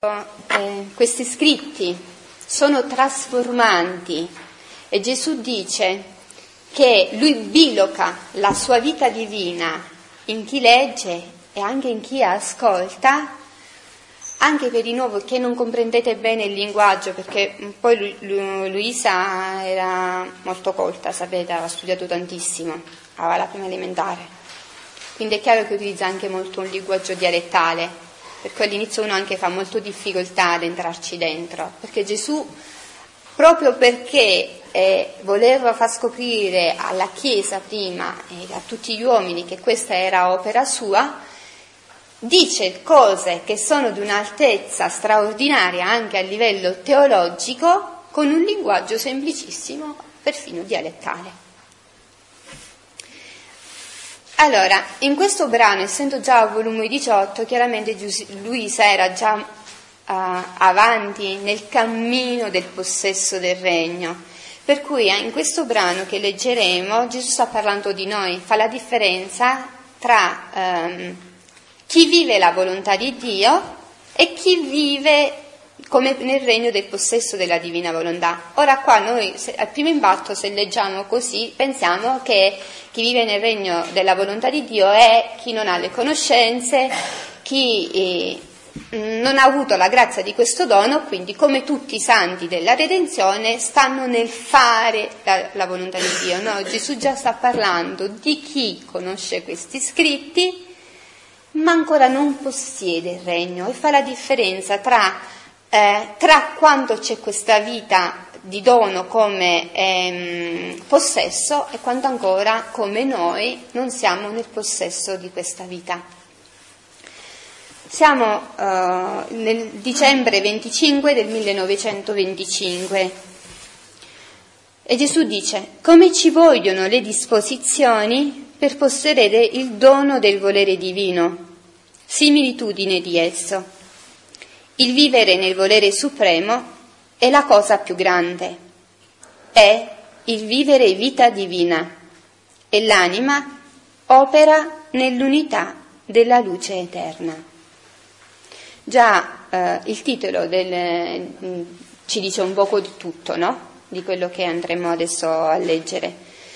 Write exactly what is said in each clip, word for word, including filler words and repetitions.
Eh, questi scritti sono trasformanti e Gesù dice che lui biloca la sua vita divina in chi legge e anche in chi ascolta, anche per i nuovi che non comprendete bene il linguaggio, perché poi Lu- Lu- Luisa era molto colta, sapete, aveva studiato tantissimo, aveva la prima elementare, quindi è chiaro che utilizza anche molto un linguaggio dialettale. Per cui all'inizio uno anche fa molto difficoltà ad entrarci dentro, perché Gesù, proprio perché eh, voleva far scoprire alla Chiesa prima e a tutti gli uomini che questa era opera sua, dice cose che sono di un'altezza straordinaria anche a livello teologico, con un linguaggio semplicissimo, perfino dialettale. Allora, in questo brano, essendo già al volume diciotto, chiaramente Luisa era già uh, avanti nel cammino del possesso del regno, per cui eh, in questo brano che leggeremo Gesù sta parlando di noi, fa la differenza tra um, chi vive la volontà di Dio e chi vive come nel regno del possesso della divina volontà. Ora qua noi se, al primo impatto, se leggiamo così, pensiamo che chi vive nel regno della volontà di Dio è chi non ha le conoscenze, chi eh, non ha avuto la grazia di questo dono, quindi come tutti i santi della redenzione stanno nel fare la, la volontà di Dio. No, Gesù già sta parlando di chi conosce questi scritti ma ancora non possiede il regno, e fa la differenza tra Eh, tra quanto c'è questa vita di dono come ehm, possesso e quanto ancora come noi non siamo nel possesso di questa vita. Siamo eh, nel dicembre venticinque del millenovecentoventicinque e Gesù dice: come ci vogliono le disposizioni per possedere il dono del volere divino, similitudine di esso. Il vivere nel volere supremo è la cosa più grande, è il vivere vita divina e l'anima opera nell'unità della luce eterna. Già eh, il titolo del, ci dice un poco di tutto, no? Di quello che andremo adesso a leggere.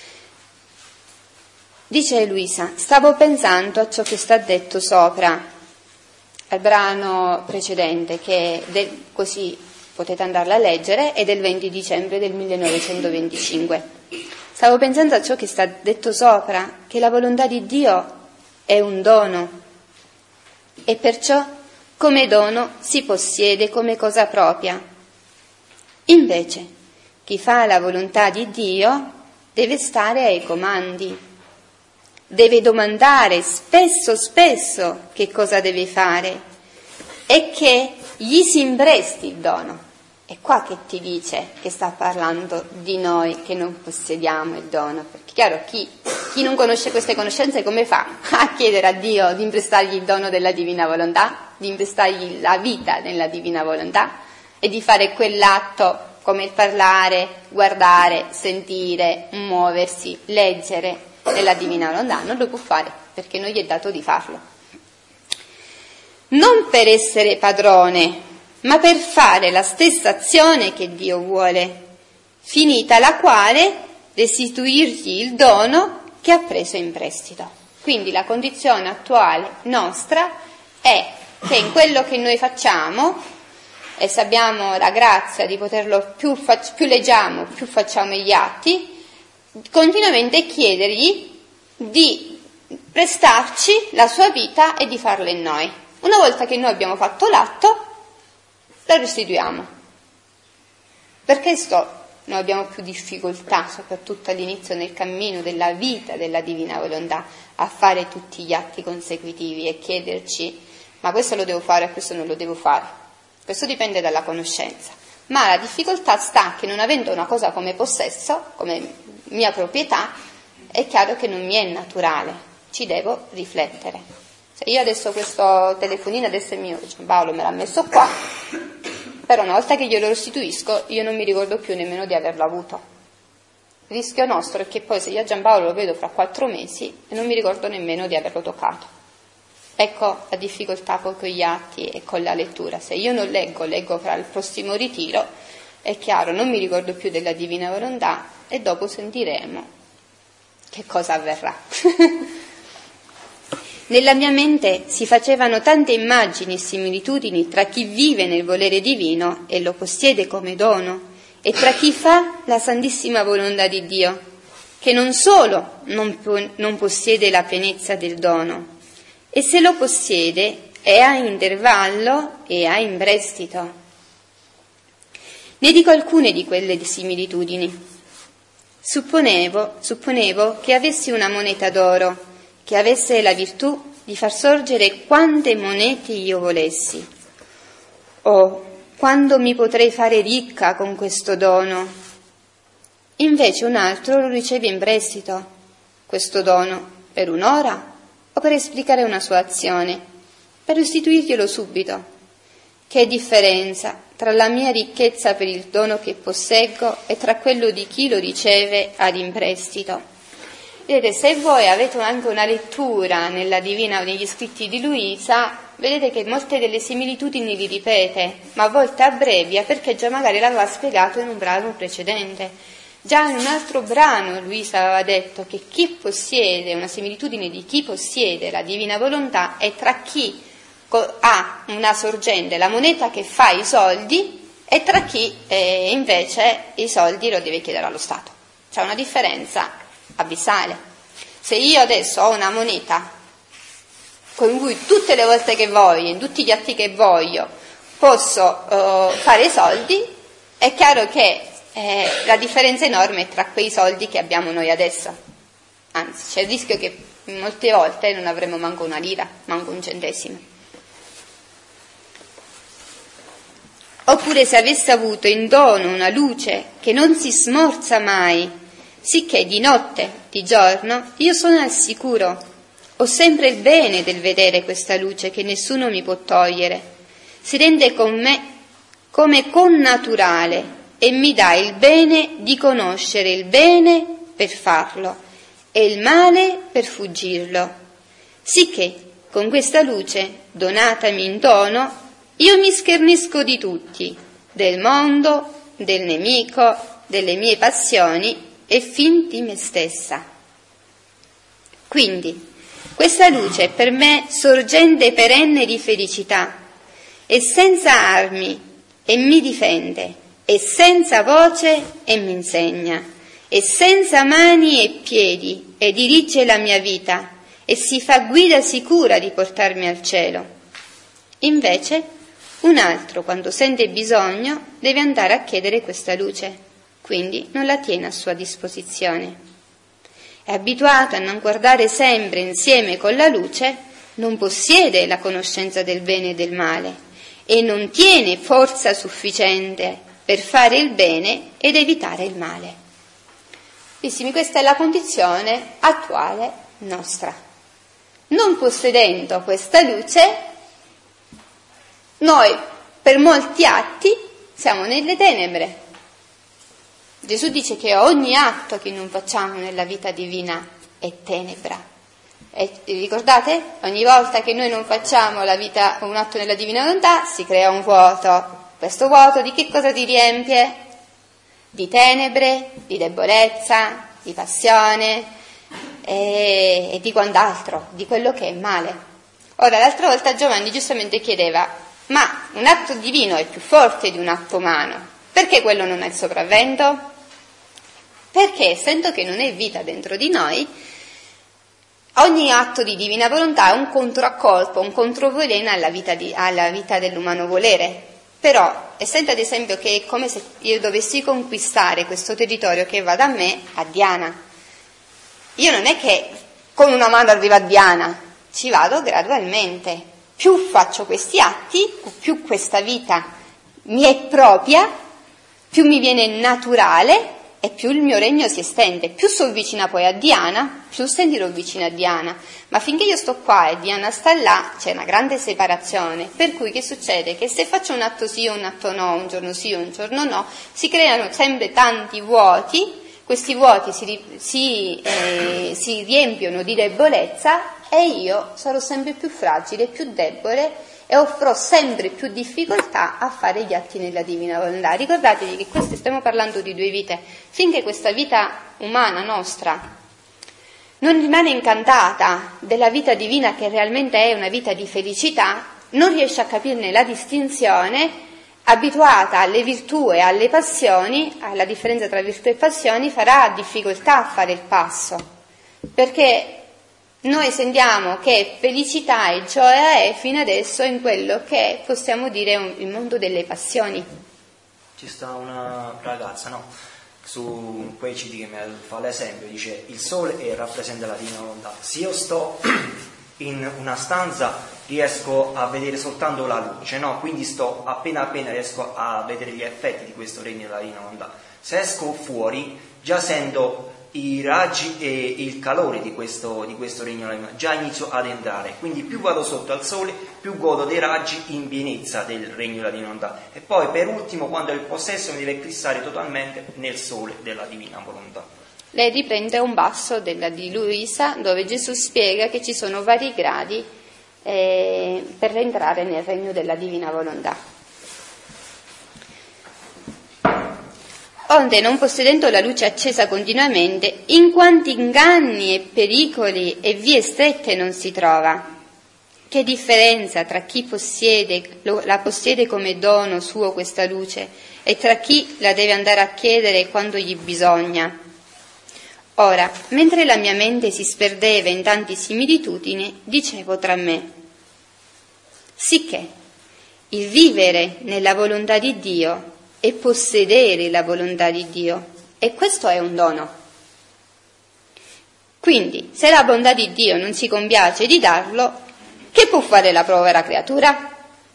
Dice Luisa: stavo pensando a ciò che sta detto sopra, al brano precedente, che del, così potete andarla a leggere, è del venti dicembre del millenovecentoventicinque. Stavo pensando a ciò che sta detto sopra, che la volontà di Dio è un dono e perciò come dono si possiede come cosa propria. Invece chi fa la volontà di Dio deve stare ai comandi, deve domandare spesso spesso che cosa deve fare e che gli si impresti il dono. È qua che ti dice che sta parlando di noi che non possediamo il dono, perché chiaro, chi, chi non conosce queste conoscenze come fa a chiedere a Dio di imprestargli il dono della divina volontà, di imprestargli la vita nella divina volontà e di fare quell'atto come il parlare, guardare, sentire, muoversi, leggere nella divina volontà? Non lo può fare perché non gli è dato di farlo. Non per essere padrone, ma per fare la stessa azione che Dio vuole, finita la quale restituirgli il dono che ha preso in prestito. Quindi la condizione attuale nostra è che in quello che noi facciamo, e se abbiamo la grazia di poterlo, più, fac- più leggiamo, più facciamo gli atti, continuamente chiedergli di prestarci la sua vita e di farla in noi. Una volta che noi abbiamo fatto l'atto, la restituiamo. Per questo noi abbiamo più difficoltà, soprattutto all'inizio nel cammino della vita della divina volontà, a fare tutti gli atti consecutivi e chiederci: ma questo lo devo fare e questo non lo devo fare. Questo dipende dalla conoscenza. Ma la difficoltà sta che, non avendo una cosa come possesso, come mia proprietà, è chiaro che non mi è naturale, ci devo riflettere. Se io adesso questo telefonino adesso è mio, Giampaolo me l'ha messo qua, però una volta che glielo restituisco io non mi ricordo più nemmeno di averlo avuto. Il rischio nostro è che poi se io a Giampaolo lo vedo fra quattro mesi e non mi ricordo nemmeno di averlo toccato. Ecco la difficoltà poi con gli atti e con la lettura. Se io non leggo, leggo fra il prossimo ritiro, è chiaro, non mi ricordo più della Divina Volontà e dopo sentiremo che cosa avverrà. Nella mia mente si facevano tante immagini e similitudini tra chi vive nel volere divino e lo possiede come dono e tra chi fa la santissima volontà di Dio, che non solo non, po- non possiede la pienezza del dono, e se lo possiede è a intervallo e a in prestito. Ne dico alcune di quelle similitudini. Supponevo, supponevo che avessi una moneta d'oro, che avesse la virtù di far sorgere quante monete io volessi. Oh, quando mi potrei fare ricca con questo dono? Invece un altro lo riceve in prestito, questo dono, per un'ora o per esplicare una sua azione, per restituirglielo subito. Che differenza tra la mia ricchezza per il dono che posseggo e tra quello di chi lo riceve ad in prestito. Vedete, se voi avete anche una lettura nella Divina, negli scritti di Luisa, vedete che molte delle similitudini li ripete, ma a volte abbrevia perché già magari l'aveva spiegato in un brano precedente. Già in un altro brano Luisa aveva detto che chi possiede, una similitudine di chi possiede la Divina Volontà è tra chi ha una sorgente, la moneta che fa i soldi, e tra chi eh, invece i soldi lo deve chiedere allo Stato. C'è una differenza abissale. Se io adesso ho una moneta con cui tutte le volte che voglio, in tutti gli atti che voglio, posso uh, fare i soldi, è chiaro che eh, la differenza enorme è tra quei soldi che abbiamo noi adesso. Anzi, c'è il rischio che molte volte non avremo manco una lira, manco un centesimo. Oppure se avesse avuto in dono una luce che non si smorza mai, sicché di notte, di giorno, io sono al sicuro. Ho sempre il bene del vedere questa luce che nessuno mi può togliere. Si rende con me come connaturale e mi dà il bene di conoscere il bene per farlo e il male per fuggirlo. Sicché con questa luce, donatami in dono, io mi schernisco di tutti, del mondo, del nemico, delle mie passioni e fin di me stessa. Quindi, questa luce è per me sorgente perenne di felicità, è senza armi e mi difende, è senza voce e mi insegna, è senza mani e piedi e dirige la mia vita e si fa guida sicura di portarmi al cielo. Invece, un altro, quando sente bisogno, deve andare a chiedere questa luce, quindi non la tiene a sua disposizione. È abituato a non guardare sempre insieme con la luce, non possiede la conoscenza del bene e del male e non tiene forza sufficiente per fare il bene ed evitare il male. Carissimi, questa è la condizione attuale nostra. Non possedendo questa luce, noi per molti atti siamo nelle tenebre. Gesù dice che ogni atto che non facciamo nella vita divina è tenebra. E ricordate? Ogni volta che noi non facciamo la vita, un atto nella divina volontà si crea un vuoto. Questo vuoto di che cosa ti riempie? Di tenebre, di debolezza, di passione e, e di quant'altro, di quello che è male. Ora, l'altra volta Giovanni giustamente chiedeva: ma un atto divino è più forte di un atto umano, perché quello non ha il sopravvento? Perché, essendo che non è vita dentro di noi, ogni atto di divina volontà è un controaccolpo, un controveleno alla vita, di, alla vita dell'umano volere. Però, essendo ad esempio che è come se io dovessi conquistare questo territorio che va da me a Diana, io non è che con una mano arrivo a Diana, ci vado gradualmente. Più faccio questi atti, più questa vita mi è propria, più mi viene naturale e più il mio regno si estende. Più sono vicina poi a Diana, più sentirò vicina a Diana. Ma finché io sto qua e Diana sta là, c'è una grande separazione. Per cui che succede? Che se faccio un atto sì o un atto no, un giorno sì o un giorno no, si creano sempre tanti vuoti. Questi vuoti si, si, eh, si riempiono di debolezza e io sarò sempre più fragile, più debole e offrò sempre più difficoltà a fare gli atti nella divina volontà. Ricordatevi che queste, stiamo parlando di due vite. Finché questa vita umana nostra non rimane incantata della vita divina, che realmente è una vita di felicità, non riesce a capirne la distinzione, abituata alle virtù e alle passioni, alla differenza tra virtù e passioni, farà difficoltà a fare il passo, perché noi sentiamo che felicità e gioia è fino adesso in quello che possiamo dire il mondo delle passioni. Ci sta una ragazza, no? Su quei citi che mi fa l'esempio, dice: il sole è, rappresenta la divina volontà. Se io sto in una stanza riesco a vedere soltanto la luce, no? Quindi sto appena appena riesco a vedere gli effetti di questo regno della divina volontà. Se esco fuori già sento i raggi e il calore di questo, di questo regno della divina volontà, già inizio ad entrare, quindi più vado sotto al sole più godo dei raggi in pienezza del regno della divina volontà, e poi per ultimo, quando è il possesso, mi deve eclissare totalmente nel sole della divina volontà. Lei riprende un passo della di Luisa dove Gesù spiega che ci sono vari gradi eh, per entrare nel regno della divina volontà. Onde, non possedendo la luce accesa continuamente, in quanti inganni e pericoli e vie strette non si trova? Che differenza tra chi possiede, la possiede come dono suo questa luce e tra chi la deve andare a chiedere quando gli bisogna? Ora, mentre la mia mente si sperdeva in tanti similitudini, dicevo tra me: sicché il vivere nella volontà di Dio e possedere la volontà di Dio, e questo è un dono. Quindi, se la bontà di Dio non si compiace di darlo, che può fare la povera creatura?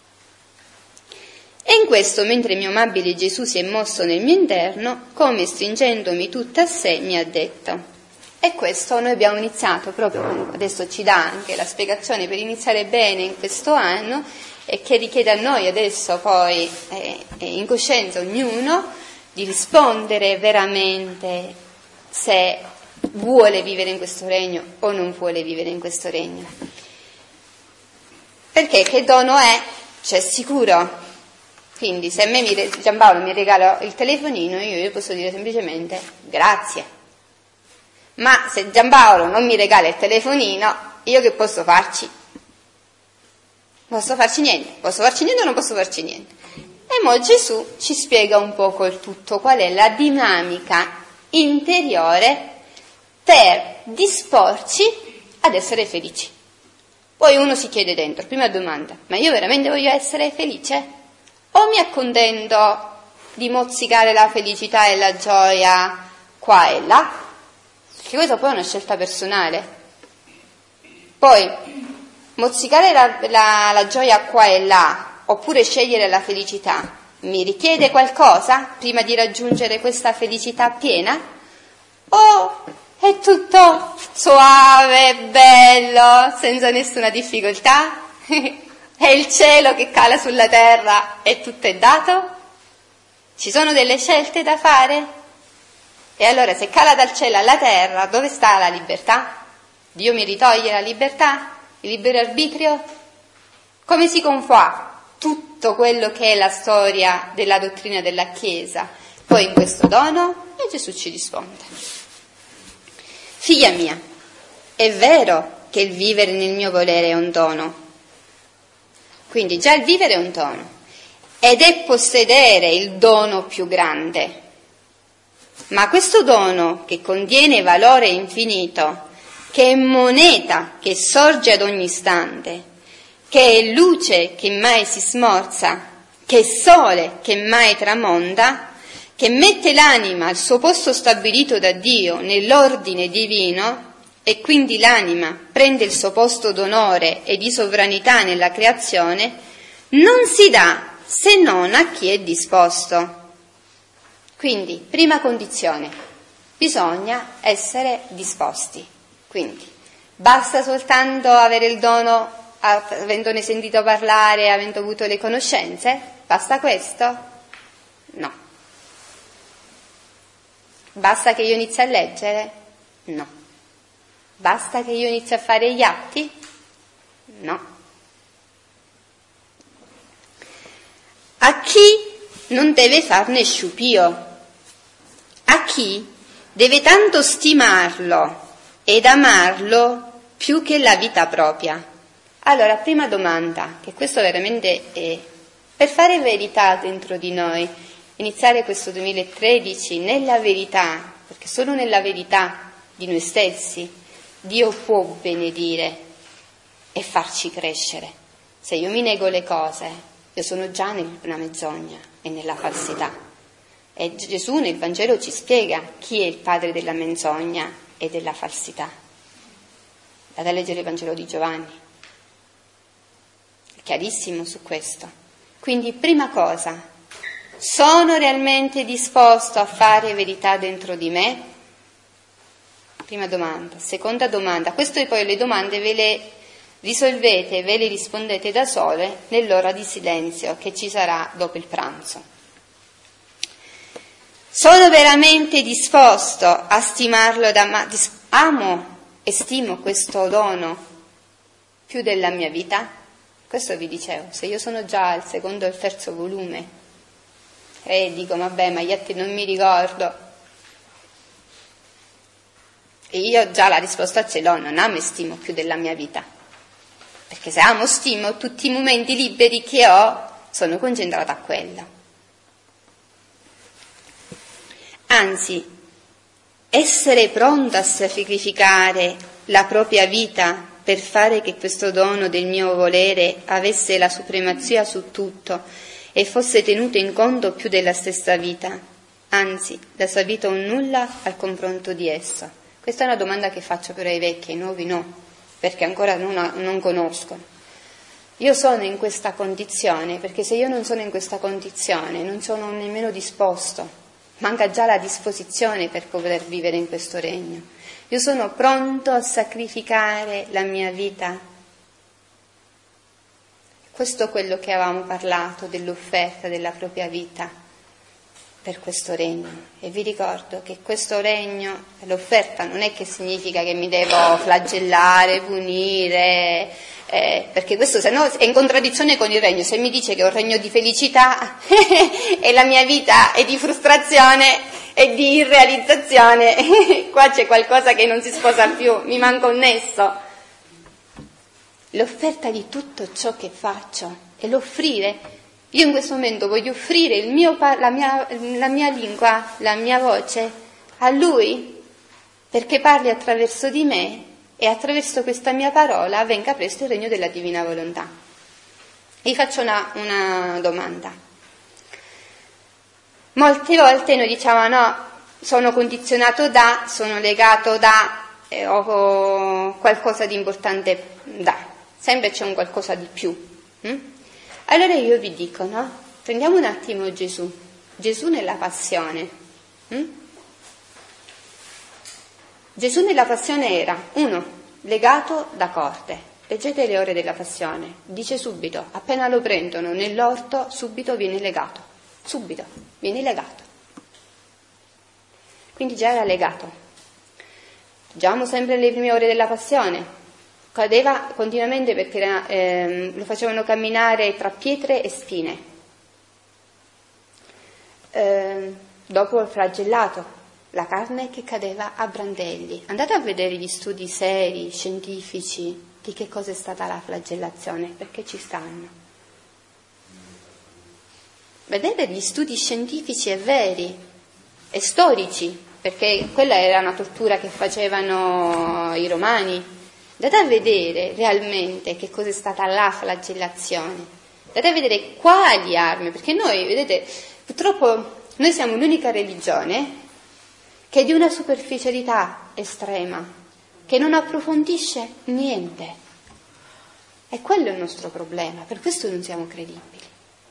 E in questo, mentre mio amabile Gesù si è mosso nel mio interno, come stringendomi tutta a sé, mi ha detto. E questo noi abbiamo iniziato proprio, con, adesso ci dà anche la spiegazione per iniziare bene in questo anno, e che richiede a noi adesso poi, eh, in coscienza ognuno, di rispondere veramente se vuole vivere in questo regno o non vuole vivere in questo regno. Perché che dono è? C'è sicuro. Quindi se a me mi, Giampaolo mi regala il telefonino, io, io posso dire semplicemente grazie. Ma se Giampaolo non mi regala il telefonino, io che posso farci? Posso farci niente, posso farci niente o non posso farci niente. E mo Gesù ci spiega un poco il tutto, qual è la dinamica interiore per disporci ad essere felici. Poi uno si chiede dentro, prima domanda: ma io veramente voglio essere felice? O mi accontento di mozzicare la felicità e la gioia qua e là? Perché questa poi è una scelta personale. Poi mozzicare la, la, la gioia qua e là, oppure scegliere la felicità, mi richiede qualcosa prima di raggiungere questa felicità piena? O è tutto suave, bello, senza nessuna difficoltà? È il cielo che cala sulla terra e tutto è dato? Ci sono delle scelte da fare? E allora, se cala dal cielo alla terra, dove sta la libertà? Dio mi ritoglie la libertà? Il libero arbitrio? Come si confà tutto quello che è la storia della dottrina della Chiesa poi in questo dono? E Gesù ci risponde: figlia mia, è vero che il vivere nel mio volere è un dono. Quindi già il vivere è un dono, ed è possedere il dono più grande. Ma questo dono, che contiene valore infinito, che è moneta che sorge ad ogni istante, che è luce che mai si smorza, che è sole che mai tramonta, che mette l'anima al suo posto stabilito da Dio nell'ordine divino, e quindi l'anima prende il suo posto d'onore e di sovranità nella creazione, non si dà se non a chi è disposto. Quindi, prima condizione, bisogna essere disposti. Quindi, basta soltanto avere il dono, avendone sentito parlare, avendo avuto le conoscenze? Basta questo? No. Basta che io inizi a leggere? No. Basta che io inizi a fare gli atti? No. A chi non deve farne sciupio? A chi deve tanto stimarlo ed amarlo più che la vita propria? Allora, prima domanda, che questo veramente è per fare verità dentro di noi, iniziare questo duemilatredici nella verità, perché solo nella verità di noi stessi Dio può benedire e farci crescere. Se io mi nego le cose, io sono già nella menzogna e nella falsità. E Gesù nel Vangelo ci spiega chi è il padre della menzogna e della falsità. Vado a leggere il Vangelo di Giovanni. È chiarissimo su questo. Quindi, prima cosa, sono realmente disposto a fare verità dentro di me? Prima domanda. Seconda domanda. Questo e poi le domande ve le risolvete, ve le rispondete da sole nell'ora di silenzio che ci sarà dopo il pranzo. Sono veramente disposto a stimarlo ed ama- amo e stimo questo dono più della mia vita? Questo vi dicevo, se io sono già al secondo o al terzo volume e dico vabbè ma gli altri non mi ricordo, e io già la risposta ce l'ho, non amo e stimo più della mia vita, perché se amo e stimo tutti i momenti liberi che ho sono concentrata a quello. Anzi, essere pronta a sacrificare la propria vita per fare che questo dono del mio volere avesse la supremazia su tutto e fosse tenuto in conto più della stessa vita, anzi, la sua vita un nulla al confronto di esso. Questa è una domanda che faccio per i vecchi, ai nuovi no, perché ancora non, non conoscono. Io sono in questa condizione, perché se io non sono in questa condizione non sono nemmeno disposto, manca già la disposizione per poter vivere in questo regno. Io sono pronto a sacrificare la mia vita. Questo è quello che avevamo parlato, dell'offerta della propria vita per questo regno. E vi ricordo che questo regno, l'offerta non è che significa che mi devo flagellare, punire, eh, perché questo se no è in contraddizione con il regno. Se mi dice che è un regno di felicità e la mia vita è di frustrazione e di irrealizzazione, qua c'è qualcosa che non si sposa più, mi manca un nesso. L'offerta di tutto ciò che faccio e l'offrire. Io in questo momento voglio offrire il mio, la, mia, la mia lingua, la mia voce a Lui, perché parli attraverso di me e attraverso questa mia parola venga presto il regno della divina volontà. Vi faccio una, una domanda. Molte volte noi diciamo no, sono condizionato da, sono legato da, eh, ho qualcosa di importante da, sempre c'è un qualcosa di più. Hm? Allora io vi dico, no? Prendiamo un attimo Gesù, Gesù nella passione. Hm? Gesù nella passione era, uno, legato da corde. Leggete le ore della passione, dice subito, appena lo prendono nell'orto, subito viene legato, subito viene legato. Quindi già era legato. Leggiamo sempre le prime ore della passione. Cadeva continuamente perché era, eh, lo facevano camminare tra pietre e spine. Eh, dopo il flagellato, la carne che cadeva a brandelli. Andate a vedere gli studi seri, scientifici, di che cosa è stata la flagellazione, perché ci stanno. Vedete gli studi scientifici e veri e storici, perché quella era una tortura che facevano i romani. Andate a vedere realmente che cosa è stata la flagellazione, andate a vedere quali armi, perché noi, vedete, purtroppo noi siamo l'unica religione che è di una superficialità estrema, che non approfondisce niente. E quello è il nostro problema, per questo non siamo credibili.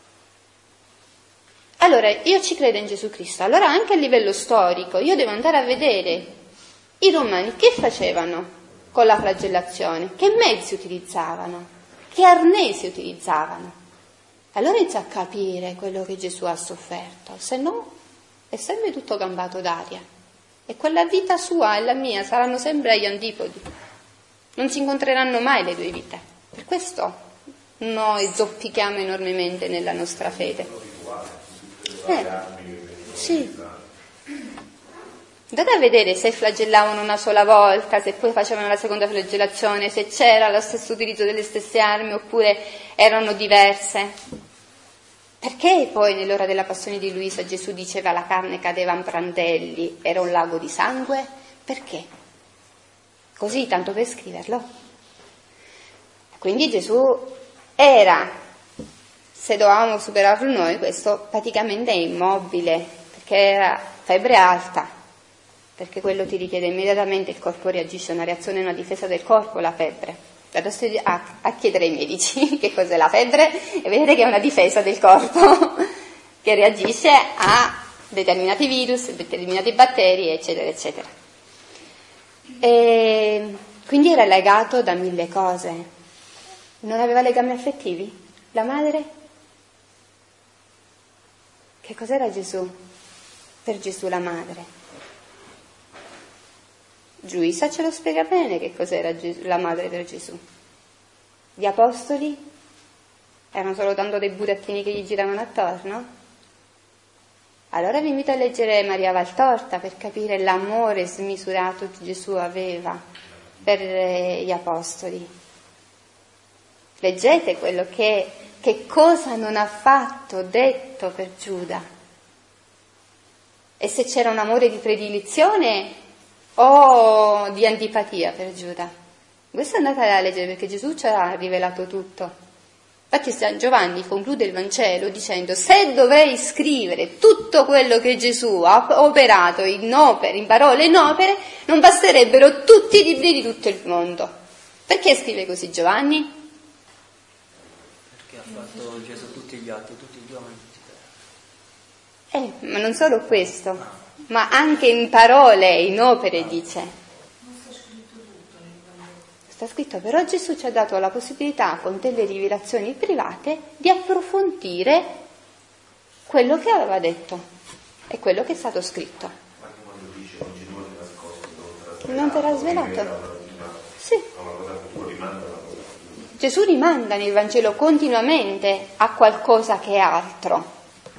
Allora, io ci credo in Gesù Cristo, allora anche a livello storico io devo andare a vedere i romani che facevano con la flagellazione, che mezzi utilizzavano, che arnesi utilizzavano. Allora inizio a capire quello che Gesù ha sofferto, se no è sempre tutto cambiato d'aria e quella vita sua e la mia saranno sempre agli antipodi. Non si incontreranno mai le due vite. Per questo noi zoppichiamo enormemente nella nostra fede. Eh, sì. Andate a vedere se flagellavano una sola volta, se poi facevano la seconda flagellazione, se c'era lo stesso utilizzo delle stesse armi oppure erano diverse. Perché poi nell'ora della passione di Luisa Gesù diceva la carne cadeva in prandelli, era un lago di sangue? Perché? Così, tanto per scriverlo. Quindi Gesù era, se dovevamo superarlo noi, questo praticamente è immobile, perché era febbre alta, perché quello ti richiede immediatamente, il corpo reagisce, una reazione, una difesa del corpo, la febbre. Vado a, a chiedere ai medici che cos'è la febbre e vedere che è una difesa del corpo che reagisce a determinati virus, determinati batteri, eccetera, eccetera. E quindi era legato da mille cose. Non aveva legami affettivi? La madre? Che cos'era Gesù? Per Gesù la madre. Luisa ce lo spiega bene che cos'era Gesù, la madre per Gesù. Gli apostoli erano solo tanto dei burattini che gli giravano attorno? Allora vi invito a leggere Maria Valtorta per capire l'amore smisurato che Gesù aveva per gli apostoli. Leggete quello che, che cosa non ha fatto, detto per Giuda. E se c'era un amore di predilezione o di antipatia per Giuda. Questo andate a leggere perché Gesù ci ha rivelato tutto. Infatti San Giovanni conclude il Vangelo dicendo: se dovrei scrivere tutto quello che Gesù ha operato in opere, in parole e in opere, non basterebbero tutti i libri di tutto il mondo. Perché scrive così Giovanni? Perché ha fatto Gesù tutti gli atti, tutti gli uomini, tutti i Eh, ma non solo questo, ma anche in parole e in opere dice. Sta scritto, però Gesù ci ha dato la possibilità, con delle rivelazioni private, di approfondire quello che aveva detto e quello che è stato scritto. Ma quando dice oggi non è nascosto, non te l'ha svelato? Sì. Rimanda. Gesù rimanda nel Vangelo continuamente a qualcosa che è altro,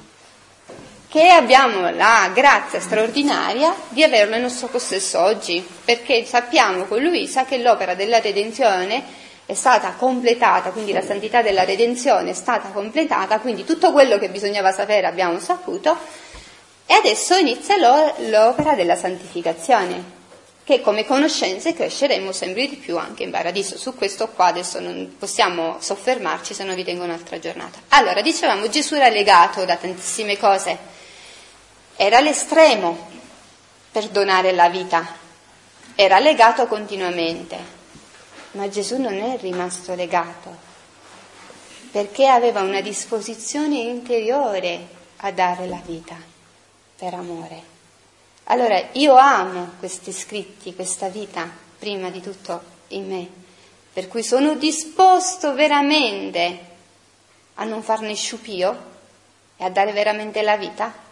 che abbiamo la grazia straordinaria di averlo nel nostro possesso oggi, perché sappiamo con Luisa che l'opera della redenzione è stata completata, quindi la santità della redenzione è stata completata, quindi tutto quello che bisognava sapere abbiamo saputo, e adesso inizia l'opera della santificazione, che come conoscenze cresceremo sempre di più anche in paradiso. Su questo qua adesso non possiamo soffermarci, se no vi tengo un'altra giornata. Allora, dicevamo, Gesù era legato da tantissime cose. Era l'estremo per donare la vita, era legato continuamente, ma Gesù non è rimasto legato, perché aveva una disposizione interiore a dare la vita per amore. Allora, io amo questi scritti, questa vita, prima di tutto in me, per cui sono disposto veramente a non farne sciupio e a dare veramente la vita,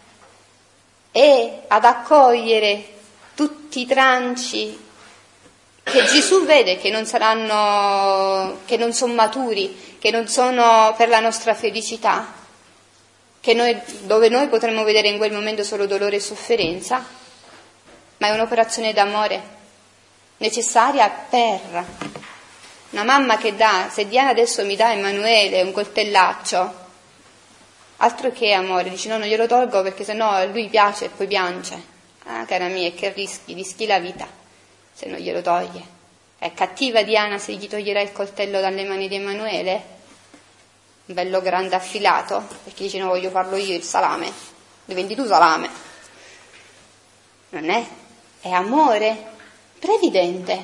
e ad accogliere tutti i tranci che Gesù vede che non saranno, che non sono maturi, che non sono per la nostra felicità, che noi, dove noi potremmo vedere in quel momento solo dolore e sofferenza, ma è un'operazione d'amore necessaria per una mamma che dà. Se Diana adesso mi dà Emanuele un coltellaccio, altro che amore, dici no, non glielo tolgo perché sennò a lui piace e poi piange. Ah, cara mia, che rischi, rischi la vita se non glielo toglie. È cattiva Diana se gli toglierà il coltello dalle mani di Emanuele? Un bello grande affilato, perché dice no, voglio farlo io il salame. Mi vendi tu salame? Non è, è amore previdente.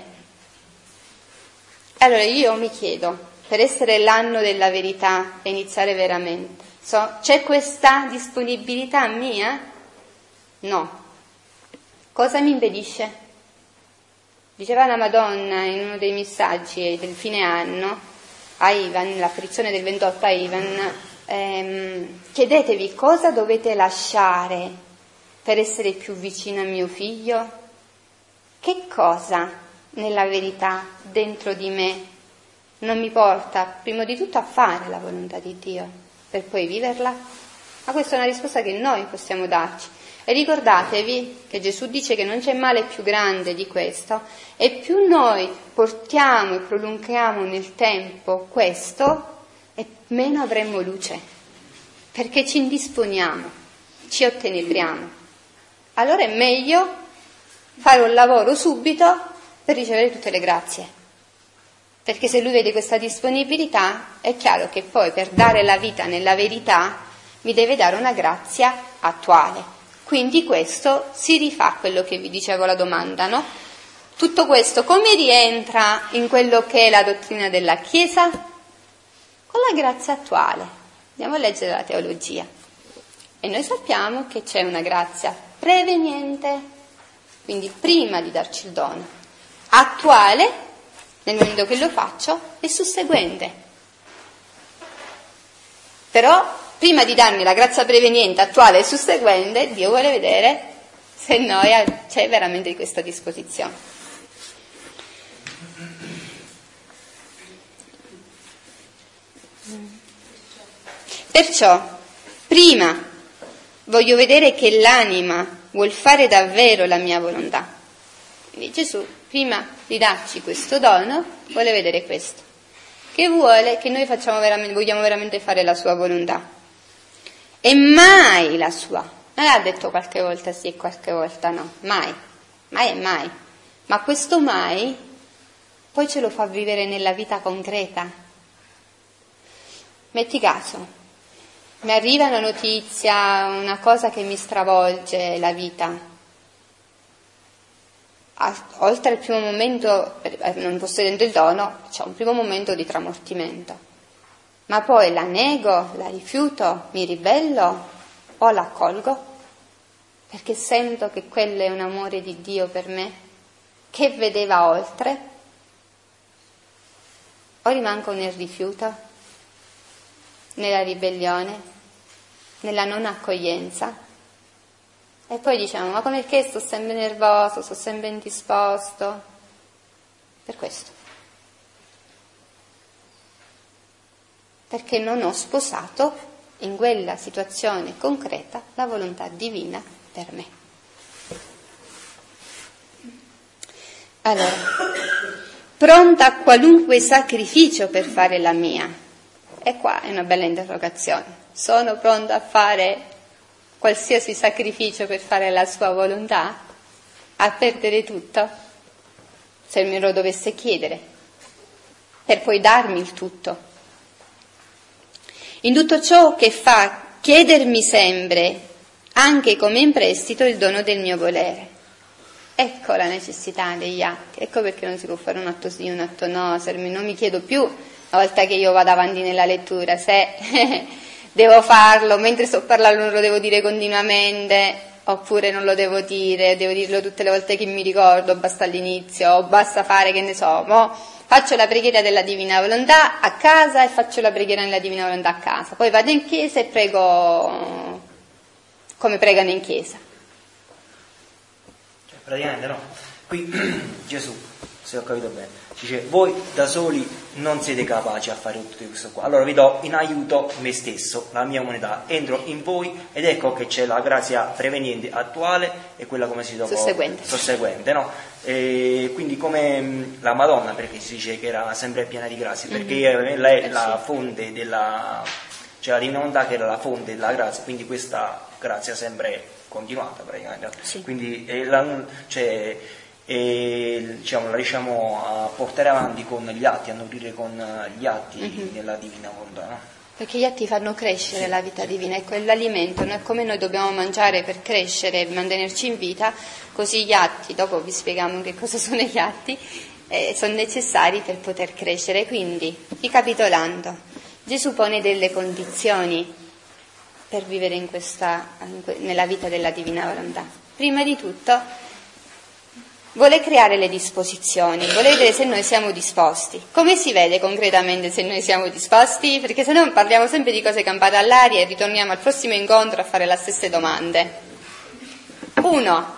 Allora io mi chiedo, per essere l'anno della verità e iniziare veramente, so, c'è questa disponibilità mia? No. Cosa mi impedisce? Diceva la Madonna in uno dei messaggi del fine anno a Ivan, l'apparizione del ventotto a Ivan, ehm, chiedetevi cosa dovete lasciare per essere più vicino a mio figlio? Che cosa nella verità dentro di me non mi porta prima di tutto a fare la volontà di Dio per poi viverla? Ma questa è una risposta che noi possiamo darci. E ricordatevi che Gesù dice che non c'è male più grande di questo, e più noi portiamo e prolunghiamo nel tempo questo, e meno avremo luce, perché ci indisponiamo, ci ottenebriamo. Allora è meglio fare un lavoro subito per ricevere tutte le grazie, perché se lui vede questa disponibilità è chiaro che poi per dare la vita nella verità mi deve dare una grazia attuale. Quindi questo si rifà a quello che vi dicevo la domanda, no? Tutto questo come rientra in quello che è la dottrina della Chiesa? Con la grazia attuale. Andiamo a leggere la teologia. E noi sappiamo che c'è una grazia preveniente, quindi prima di darci il dono, attuale, nel momento che lo faccio, e susseguente. Però prima di darmi la grazia preveniente, attuale e susseguente, Dio vuole vedere se in noi c'è veramente questa disposizione. Perciò, prima voglio vedere che l'anima vuol fare davvero la mia volontà. Quindi Gesù, prima di darci questo dono, vuole vedere questo, che vuole che noi facciamo veramente, vogliamo veramente fare la sua volontà. E mai la sua. Non ha detto qualche volta sì e qualche volta no, mai, mai e mai. Ma questo mai poi ce lo fa vivere nella vita concreta. Metti caso, mi arriva una notizia, una cosa che mi stravolge la vita. Oltre al primo momento, non possedendo il dono, c'è un primo momento di tramortimento. Ma poi la nego, la rifiuto, mi ribello o la accolgo? Perché sento che quello è un amore di Dio per me, che vedeva oltre? O rimango nel rifiuto, nella ribellione, nella non accoglienza? E poi diciamo, ma come perché sto sempre nervoso, sto sempre indisposto? Per questo. Perché non ho sposato in quella situazione concreta la volontà divina per me. Allora, pronta a qualunque sacrificio per fare la mia. E qua è una bella interrogazione. Sono pronta a fare qualsiasi sacrificio per fare la sua volontà? A perdere tutto? Se me lo dovesse chiedere, per poi darmi il tutto. In tutto ciò che fa chiedermi sempre, anche come in prestito, il dono del mio volere. Ecco la necessità degli atti, ecco perché non si può fare un atto sì, un atto no, se non mi chiedo più, una volta che io vado avanti nella lettura, se devo farlo, mentre sto parlando non lo devo dire continuamente, oppure non lo devo dire, devo dirlo tutte le volte che mi ricordo, basta all'inizio, o basta fare, che ne so, mo faccio la preghiera della Divina Volontà a casa e faccio la preghiera della Divina Volontà a casa. Poi vado in chiesa e prego come pregano in chiesa. Cioè, praticamente no. Qui Gesù, se ho capito bene, dice voi da soli non siete capaci a fare tutto questo qua. Allora vi do in aiuto me stesso, la mia umanità. Entro in voi ed ecco che c'è la grazia preveniente attuale e quella come si dopo susseguente, susseguente no? E quindi come la Madonna, perché si dice che era sempre piena di grazia, perché mm-hmm. lei è la fonte della, cioè la Divina Volontà che era la fonte della grazia, quindi questa grazia sempre continuata praticamente. Sì. Quindi è la, cioè, e diciamo, la riusciamo a portare avanti con gli atti, a nutrire con gli atti mm-hmm. della Divina Volontà, no? Perché gli atti fanno crescere sì. la vita divina, è quell'alimento, non è come noi dobbiamo mangiare per crescere e mantenerci in vita, così gli atti, dopo vi spieghiamo che cosa sono gli atti, eh, sono necessari per poter crescere. Quindi, ricapitolando, Gesù pone delle condizioni per vivere in questa, in que- nella vita della Divina Volontà. Prima di tutto vuole creare le disposizioni, vuole vedere se noi siamo disposti. Come si vede concretamente se noi siamo disposti? Perché se no parliamo sempre di cose campate all'aria e ritorniamo al prossimo incontro a fare le stesse domande. Uno, chi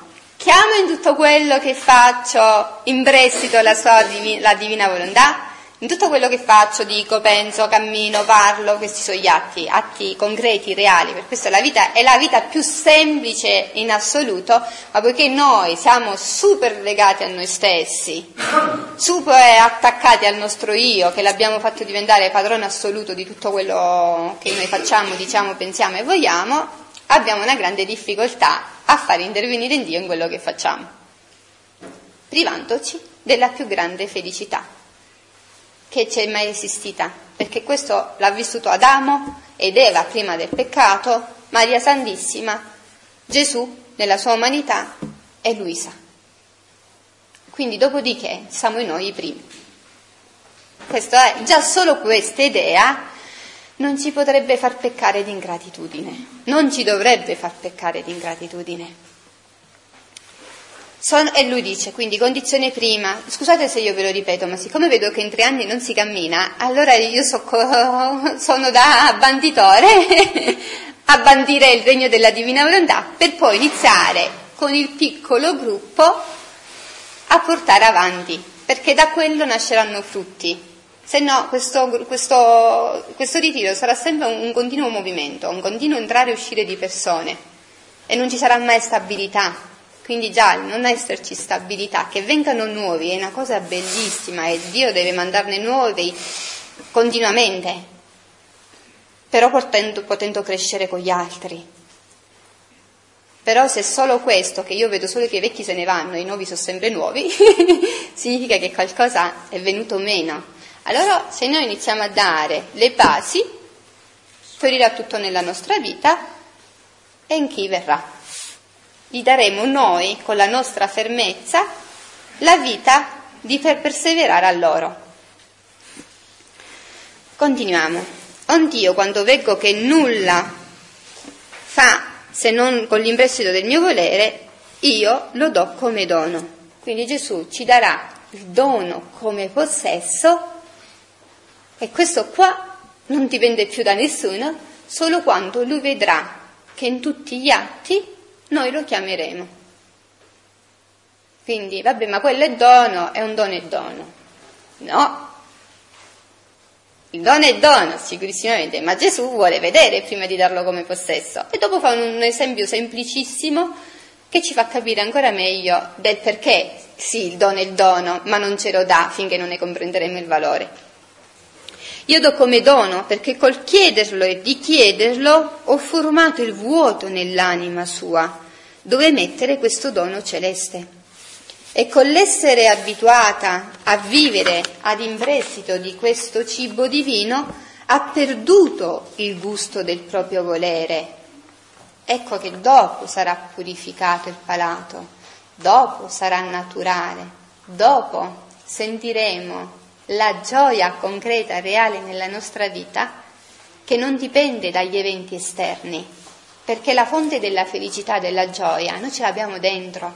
chiamo in tutto quello che faccio in prestito la sua divi- la divina volontà? In tutto quello che faccio, dico, penso, cammino, parlo, questi sono gli atti, atti concreti, reali. Per questo la vita è la vita più semplice in assoluto, ma poiché noi siamo super legati a noi stessi, super attaccati al nostro io, che l'abbiamo fatto diventare padrone assoluto di tutto quello che noi facciamo, diciamo, pensiamo e vogliamo, abbiamo una grande difficoltà a fare intervenire in Dio in quello che facciamo, privandoci della più grande felicità che c'è mai esistita, perché questo l'ha vissuto Adamo ed Eva prima del peccato, Maria Santissima, Gesù nella sua umanità e Luisa. Quindi dopodiché siamo noi i primi. Questo è, già solo questa idea non ci potrebbe far peccare di ingratitudine, non ci dovrebbe far peccare di ingratitudine. Sono, e lui dice, quindi condizione prima, scusate se io ve lo ripeto, ma siccome vedo che in tre anni non si cammina, allora io so, sono da banditore a bandire il regno della divina volontà, per poi iniziare con il piccolo gruppo a portare avanti, perché da quello nasceranno frutti. Se no questo, questo, questo ritiro sarà sempre un continuo movimento, un continuo entrare e uscire di persone e non ci sarà mai stabilità. Quindi già non esserci stabilità, che vengano nuovi è una cosa bellissima e Dio deve mandarne nuovi continuamente, però potendo, potendo crescere con gli altri. Però se solo questo, che io vedo solo che i vecchi se ne vanno e i nuovi sono sempre nuovi, significa che qualcosa è venuto meno. Allora se noi iniziamo a dare le basi, fiorirà tutto nella nostra vita e in chi verrà. Gli daremo noi, con la nostra fermezza, la vita di per perseverare a loro. Continuiamo. Ond'io, quando veggo che nulla fa se non con l'imprestito del mio volere, io lo do come dono. Quindi Gesù ci darà il dono come possesso, e questo qua non dipende più da nessuno, solo quando lui vedrà che in tutti gli atti noi lo chiameremo. Quindi, vabbè, ma quello è dono, è un dono e dono. No, il dono è dono, sicurissimamente, ma Gesù vuole vedere prima di darlo come possesso. E dopo fa un esempio semplicissimo che ci fa capire ancora meglio del perché, sì, il dono è il dono, ma non ce lo dà finché non ne comprenderemo il valore. Io do come dono perché col chiederlo e di chiederlo ho formato il vuoto nell'anima sua, dove mettere questo dono celeste. E con l'essere abituata a vivere ad imprestito di questo cibo divino, ha perduto il gusto del proprio volere. Ecco che dopo sarà purificato il palato, dopo sarà naturale, dopo sentiremo la gioia concreta, reale nella nostra vita, che non dipende dagli eventi esterni, perché la fonte della felicità, della gioia, noi ce l'abbiamo dentro.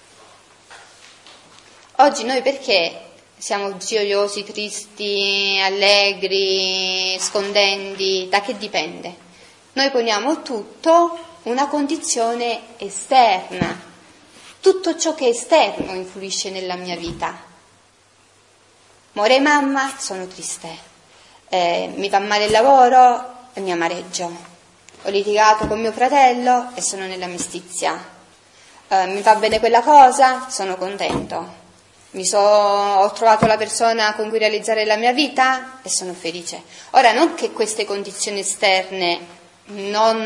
Oggi noi perché siamo gioiosi, tristi, allegri, scondenti? Da che dipende? Noi poniamo tutto una condizione esterna, tutto ciò che è esterno influisce nella mia vita. Muore mamma, sono triste, eh, mi fa male il lavoro e mi amareggio, ho litigato con mio fratello e sono nella mestizia, eh, mi fa bene quella cosa, sono contento, mi so, ho trovato la persona con cui realizzare la mia vita e sono felice. Ora, non che queste condizioni esterne non,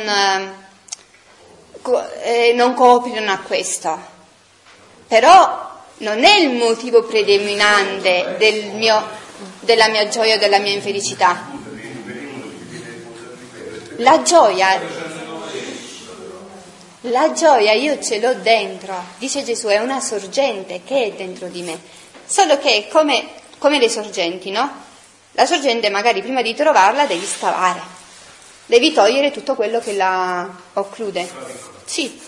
eh, non cooperino a questo, però non è il motivo predominante del mio, della mia gioia o della mia infelicità. La gioia, la gioia io ce l'ho dentro, dice Gesù, è una sorgente che è dentro di me. Solo che come, come le sorgenti, no? La sorgente magari prima di trovarla devi scavare, devi togliere tutto quello che la occlude. Sì.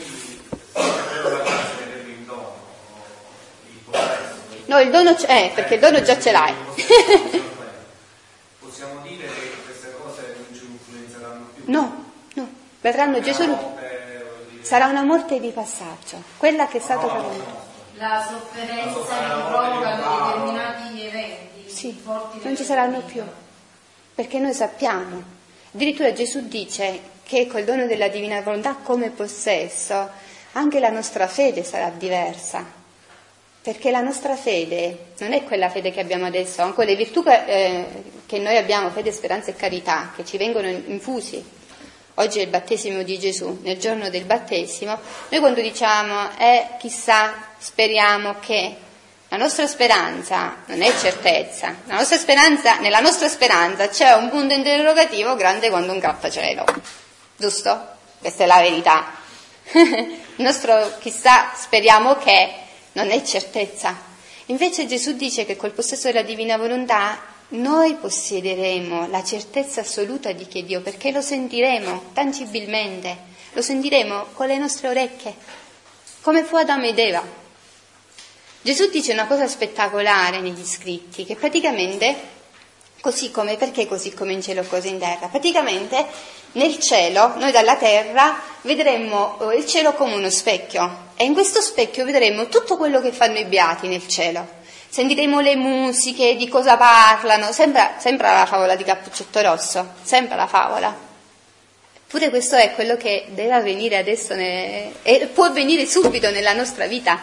No, il dono c'è, eh, perché il dono già ce l'hai. Possiamo dire che queste cose non ci influenzeranno più? No, no, verranno Gesù. sarà una morte di passaggio, quella che è stata parlata. La sofferenza che provocano determinati eventi. Sì, non ci saranno più, perché noi sappiamo. Addirittura Gesù dice che col dono della divina volontà come possesso anche la nostra fede sarà diversa, perché la nostra fede non è quella fede che abbiamo adesso, anche le virtù che, eh, che noi abbiamo, fede, speranza e carità, che ci vengono infusi. Oggi è il battesimo di Gesù, nel giorno del battesimo, noi quando diciamo, eh, chissà, speriamo che, la nostra speranza non è certezza, la nostra speranza, nella nostra speranza c'è un punto interrogativo grande quanto un grattacielo, giusto? Questa è la verità. Il nostro chissà, speriamo che, non è certezza. Invece Gesù dice che col possesso della divina volontà noi possiederemo la certezza assoluta di che Dio, perché lo sentiremo tangibilmente, lo sentiremo con le nostre orecchie, come fu Adamo ed Eva. Gesù dice una cosa spettacolare negli scritti, che praticamente, così come, perché così come in cielo così in terra? Praticamente nel cielo, noi dalla terra, vedremo il cielo come uno specchio, e in questo specchio vedremo tutto quello che fanno i beati nel cielo. Sentiremo le musiche, di cosa parlano, sembra, sembra la favola di Cappuccetto Rosso, sembra la favola. Eppure questo è quello che deve avvenire adesso ne, e può avvenire subito nella nostra vita.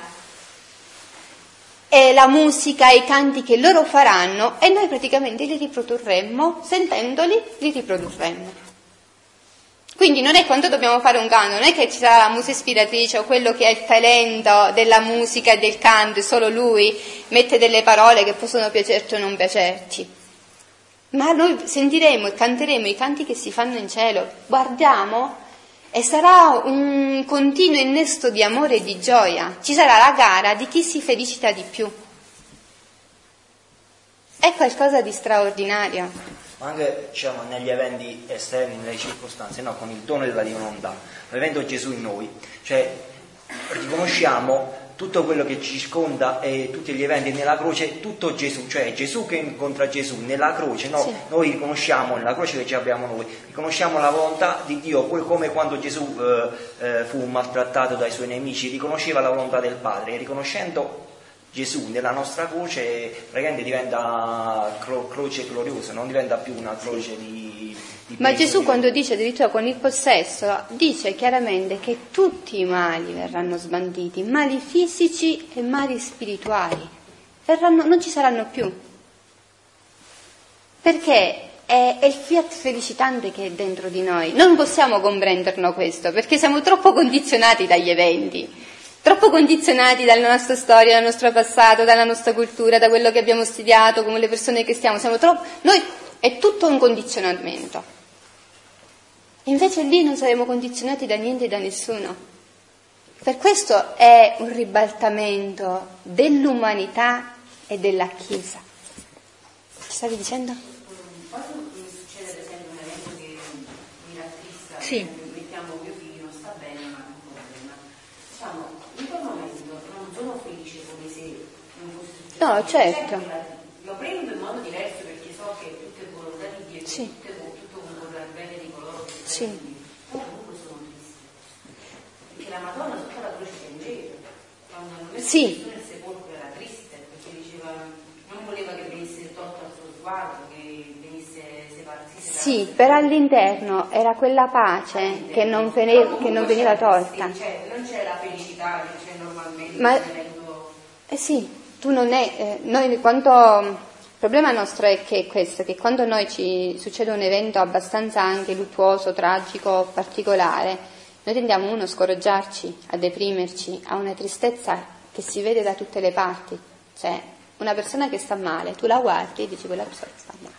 E la musica, i canti che loro faranno, e noi praticamente li riprodurremmo, sentendoli li riprodurremmo. Quindi non è quando dobbiamo fare un canto, non è che ci sarà la musa ispiratrice o quello che ha il talento della musica e del canto e solo lui mette delle parole che possono piacerti o non piacerti. Ma noi sentiremo e canteremo i canti che si fanno in cielo, guardiamo e sarà un continuo innesto di amore e di gioia, ci sarà la gara di chi si felicita di più. È qualcosa di straordinario. Anche diciamo, negli eventi esterni, nelle circostanze, no, con il dono della divina volontà, vivendo Gesù in noi, cioè riconosciamo tutto quello che ci circonda e tutti gli eventi nella croce, tutto Gesù, cioè Gesù che incontra Gesù nella croce, no? Sì. Noi riconosciamo nella croce che ci abbiamo noi, riconosciamo la volontà di Dio, come quando Gesù eh, eh, fu maltrattato dai suoi nemici, riconosceva la volontà del Padre, e riconoscendo Gesù nella nostra croce praticamente diventa cro- croce gloriosa, non diventa più una croce di, di ma Gesù quando dice addirittura con il possesso dice chiaramente che tutti i mali verranno sbanditi, mali fisici e mali spirituali verranno, non ci saranno più, perché è, è il fiat felicitante che è dentro di noi. Non possiamo comprenderlo questo perché siamo troppo condizionati dagli eventi, troppo condizionati dalla nostra storia, dal nostro passato, dalla nostra cultura, da quello che abbiamo studiato, come le persone che stiamo, siamo troppo, noi è tutto un condizionamento. Invece lì non saremo condizionati da niente e da nessuno. Per questo è un ribaltamento dell'umanità e della Chiesa. Ci stavi dicendo? Quando mi succede ad esempio un evento che mi rattrista, sì. mettiamo mio figlio non sta bene, ma un problema, diciamo, in quel momento non sono felice come se non fosse successo. No, certo. Lo prendo in modo diverso perché so che tutto è volontà di Dio, sì. tutto è tutto concorre al bene di coloro che sì. Però comunque sono triste. Perché la Madonna sotto la croce piangeva. Quando hanno messo sì. Gesù nel sepolcro era triste, perché diceva non voleva che venisse tolto al suo sguardo, che venisse separato. Sì, però all'interno era quella pace che non veniva, che non veniva tolta. Cioè, non c'è la felicità che c'è normalmente. Ma, eh sì, tu non è, eh, noi quanto, il problema nostro è che è questo, che quando noi ci succede un evento abbastanza anche luttuoso, tragico, particolare, noi tendiamo uno a scoraggiarci, a deprimerci, a una tristezza che si vede da tutte le parti. Cioè, una persona che sta male, tu la guardi e dici quella persona sta male.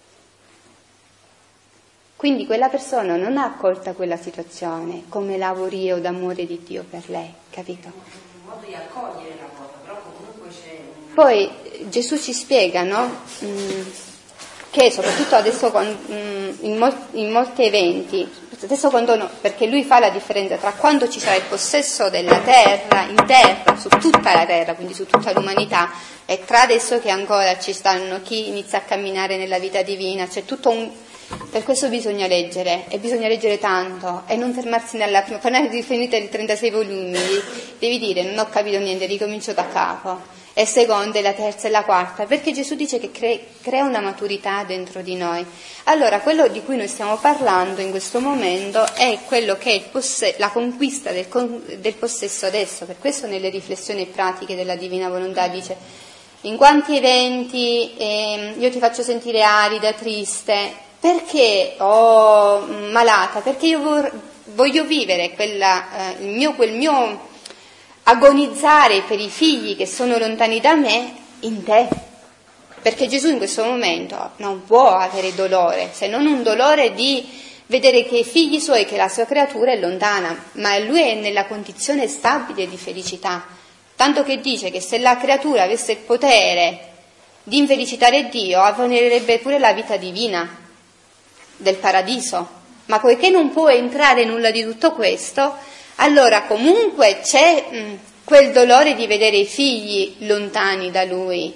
Quindi quella persona non ha accolta quella situazione come lavorio d'amore di Dio per lei, capito? Un modo di accogliere la cosa, però comunque c'è un... Poi Gesù ci spiega, no? Mm, che soprattutto adesso quando, mm, in, mol- in molti eventi, adesso quando no, perché lui fa la differenza tra quando ci sarà il possesso della terra, in terra, su tutta la terra, quindi su tutta l'umanità, e tra adesso che ancora ci stanno chi inizia a camminare nella vita divina, c'è tutto un... Per questo bisogna leggere, e bisogna leggere tanto, e non fermarsi nella prima. Appena finite i trentasei volumi, devi dire non ho capito niente, ricomincio da capo. E seconda, e la terza e la quarta, perché Gesù dice che cre- crea una maturità dentro di noi. Allora, quello di cui noi stiamo parlando in questo momento è quello che è il posse- la conquista del, con- del possesso adesso. Per questo nelle riflessioni pratiche della Divina Volontà dice: in quanti eventi eh, io ti faccio sentire arida, triste, perché ho malata, perché io vor- voglio vivere quella, eh, il mio, quel mio agonizzare per i figli che sono lontani da me in te, perché Gesù in questo momento non può avere dolore, se non un dolore di vedere che i figli suoi, che la sua creatura è lontana, ma lui è nella condizione stabile di felicità, tanto che dice che se la creatura avesse il potere di infelicitare Dio, avvelerebbe pure la vita divina del paradiso, ma poiché non può entrare nulla di tutto questo, allora comunque c'è mh, quel dolore di vedere i figli lontani da lui,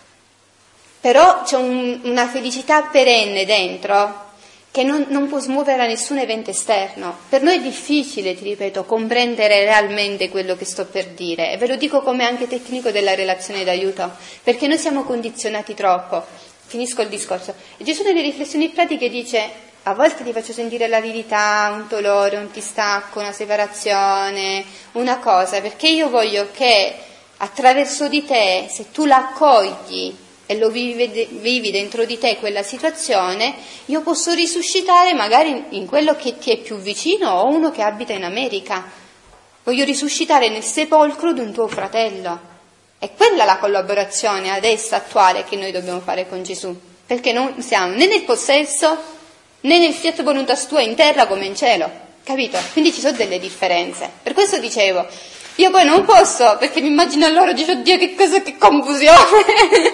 però c'è un, una felicità perenne dentro che non, non può smuovere a nessun evento esterno. Per noi è difficile, ti ripeto, comprendere realmente quello che sto per dire, e ve lo dico come anche tecnico della relazione d'aiuto, perché noi siamo condizionati troppo. Finisco il discorso. E Gesù nelle riflessioni pratiche dice: a volte ti faccio sentire l'aridità, un dolore, un distacco, una separazione, una cosa, perché io voglio che attraverso di te, se tu la accogli e lo vivi, vivi dentro di te quella situazione, io posso risuscitare magari in quello che ti è più vicino o uno che abita in America. Voglio risuscitare nel sepolcro di un tuo fratello. È quella la collaborazione adesso attuale che noi dobbiamo fare con Gesù, perché non siamo né nel possesso né nel fiat voluntas tua in terra come in cielo, capito? Quindi ci sono delle differenze. Per questo dicevo, io poi non posso, perché mi immagino a loro, dico, Dio, che cosa, che confusione.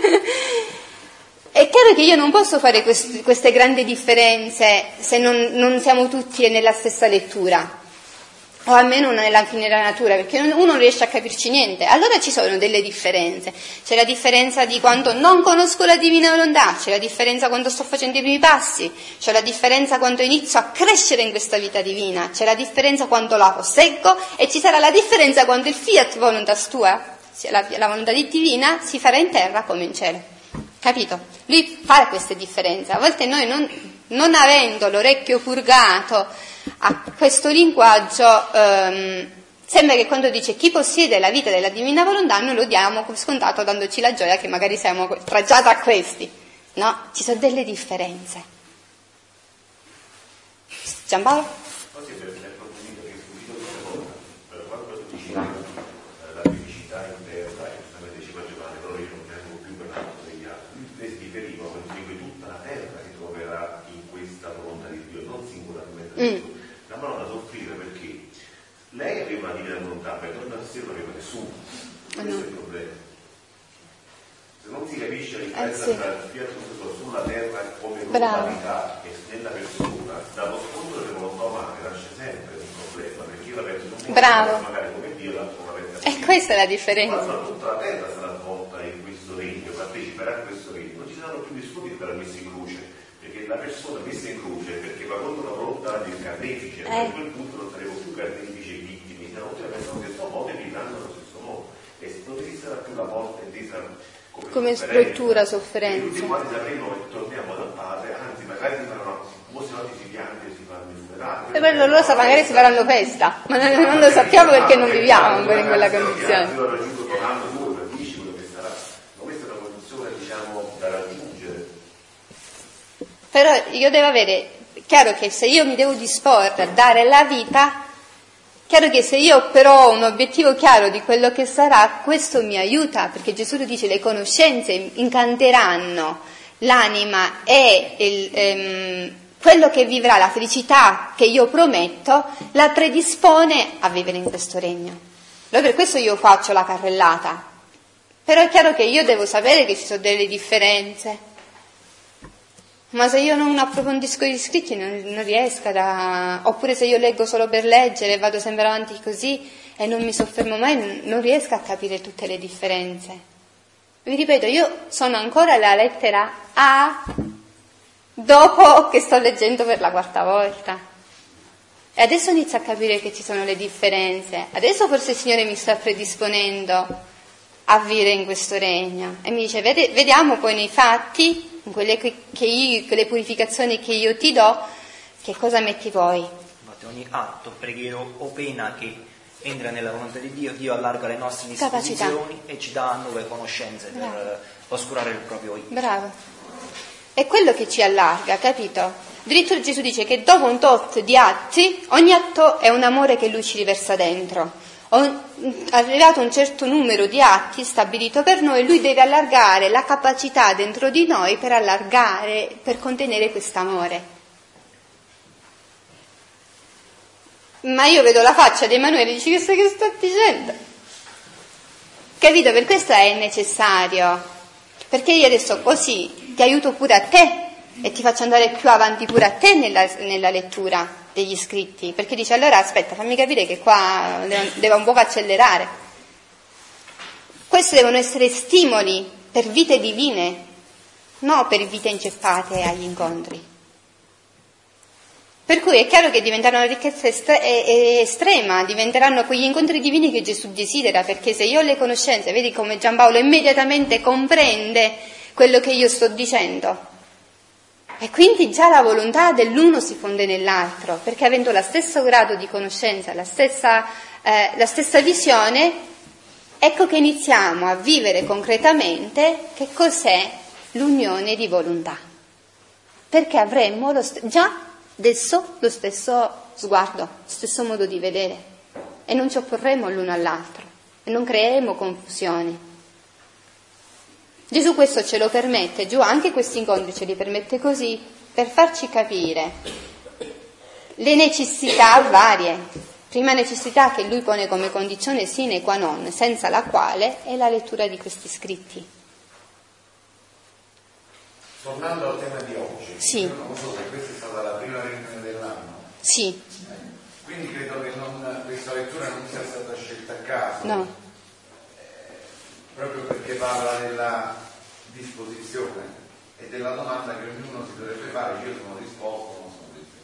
È chiaro che io non posso fare quest- queste grandi differenze se non, non siamo tutti nella stessa lettura, o almeno nella fine della natura, perché uno non riesce a capirci niente. Allora ci sono delle differenze. C'è la differenza di quando non conosco la Divina Volontà, c'è la differenza quando sto facendo i primi passi, c'è la differenza quando inizio a crescere in questa vita divina, c'è la differenza quando la posseggo, e ci sarà la differenza quando il fiat voluntas tua, la, la volontà divina, si farà in terra come in cielo. Capito? Lui fa queste differenze. A volte noi non, non avendo l'orecchio purgato a questo linguaggio, ehm, sembra che quando dice chi possiede la vita della Divina Volontà noi lo diamo come scontato, dandoci la gioia che magari siamo traggiati a questi. No, ci sono delle differenze. Giampaolo? Oggi per l'approfondimento che subito questa cosa, per quanto tu dici la felicità in terra, e giustamente ci facevano, però io non tengo più per la cosa degli altri, questi riferivano quando dico tutta la terra si troverà in questa volontà di Dio, non singolarmente di Dio. La Madonna soffriva perché lei aveva una divina volontà, ma intorno a sé non aveva nessuno. Questo è il problema. Se non si capisce la differenza eh sì. tra il fiat sulla terra come Bravo. globalità e nella persona, dallo scontro delle volontà umane nasce sempre un problema, perché la persona Bravo. magari come Dio la può avere. E questa è la differenza. Quando tutta la terra sarà avvolta in questo regno, parteciperà a questo regno, non ci saranno più nessuno che verrà messo in croce, perché la persona messa in croce, perché va contro la volontà del carnefice, eh. a quel punto non saremo più carnefici e vittime, siamo tutti la persona allo stesso modo e vivranno allo stesso modo. E non esisterà più la morte intesa come, come struttura, sofferenza. E tutti quanti sapremo che torniamo dal padre, anzi magari si faranno, o se no si piange e si fanno il funerale. E per loro sa, magari si faranno festa, ma noi non lo sappiamo perché non viviamo ancora in quella condizione. Io ho raggiunto un anno, due, capisci quello che sarà. Ma questa è una condizione, diciamo, da raggiungere. Però io devo avere, chiaro che se io mi devo disporre a dare la vita, chiaro che se io però ho un obiettivo chiaro di quello che sarà, questo mi aiuta, perché Gesù lo dice, le conoscenze incanteranno l'anima e il, ehm, quello che vivrà, la felicità che io prometto, la predispone a vivere in questo regno. Allora per questo io faccio la carrellata. Però è chiaro che io devo sapere che ci sono delle differenze. Ma se io non approfondisco gli scritti non, non riesco a... Oppure se io leggo solo per leggere e vado sempre avanti così e non mi soffermo mai, non riesco a capire tutte le differenze. Vi ripeto, io sono ancora alla lettera A dopo che sto leggendo per la quarta volta. E adesso inizio a capire che ci sono le differenze. Adesso forse il Signore mi sta predisponendo a vivere in questo regno. E mi dice, vede, vediamo poi nei fatti, in quelle, che, che io, quelle purificazioni che io ti do, che cosa metti poi. Infatti ogni atto, preghiera o pena che entra nella volontà di Dio, Dio allarga le nostre disposizioni Capacità. E ci dà nuove conoscenze Bravo. Per oscurare il proprio io. Bravo. È quello che ci allarga, capito? Addirittura Gesù dice che dopo un tot di atti, ogni atto è un amore che Lui ci riversa dentro. Arrivato un certo numero di atti stabilito per noi, Lui deve allargare la capacità dentro di noi per allargare, per contenere quest'amore. Ma io vedo la faccia di Emanuele e dici, che stai che sta dicendo? Capito? Per questo è necessario, perché io adesso così ti aiuto pure a te e ti faccio andare più avanti pure a te nella, nella lettura degli scritti, perché dice allora aspetta, fammi capire che qua deve un po' accelerare. Questi devono essere stimoli per vite divine, non per vite inceppate agli incontri. Per cui è chiaro che diventeranno una ricchezza estre- estrema, diventeranno quegli incontri divini che Gesù desidera, perché se io ho le conoscenze, vedi come Giampaolo immediatamente comprende quello che io sto dicendo. E quindi già la volontà dell'uno si fonde nell'altro, perché avendo lo stesso grado di conoscenza, la stessa, eh, la stessa visione, ecco che iniziamo a vivere concretamente che cos'è l'unione di volontà. Perché avremmo lo st- già adesso lo stesso sguardo, lo stesso modo di vedere, e non ci opporremo l'uno all'altro, e non creeremo confusioni. Gesù questo ce lo permette, giù anche questi incontri ce li permette così, per farci capire le necessità varie. Prima necessità che lui pone come condizione sine qua non, senza la quale è la lettura di questi scritti. Tornando al tema di oggi, sì. Io non so se questa è stata la prima riunione dell'anno. Sì. Eh, quindi credo che non, questa lettura non sia stata scelta a caso. No. Proprio perché parla della disposizione e della domanda che ognuno si dovrebbe fare, io sono disposto o non sono disposto.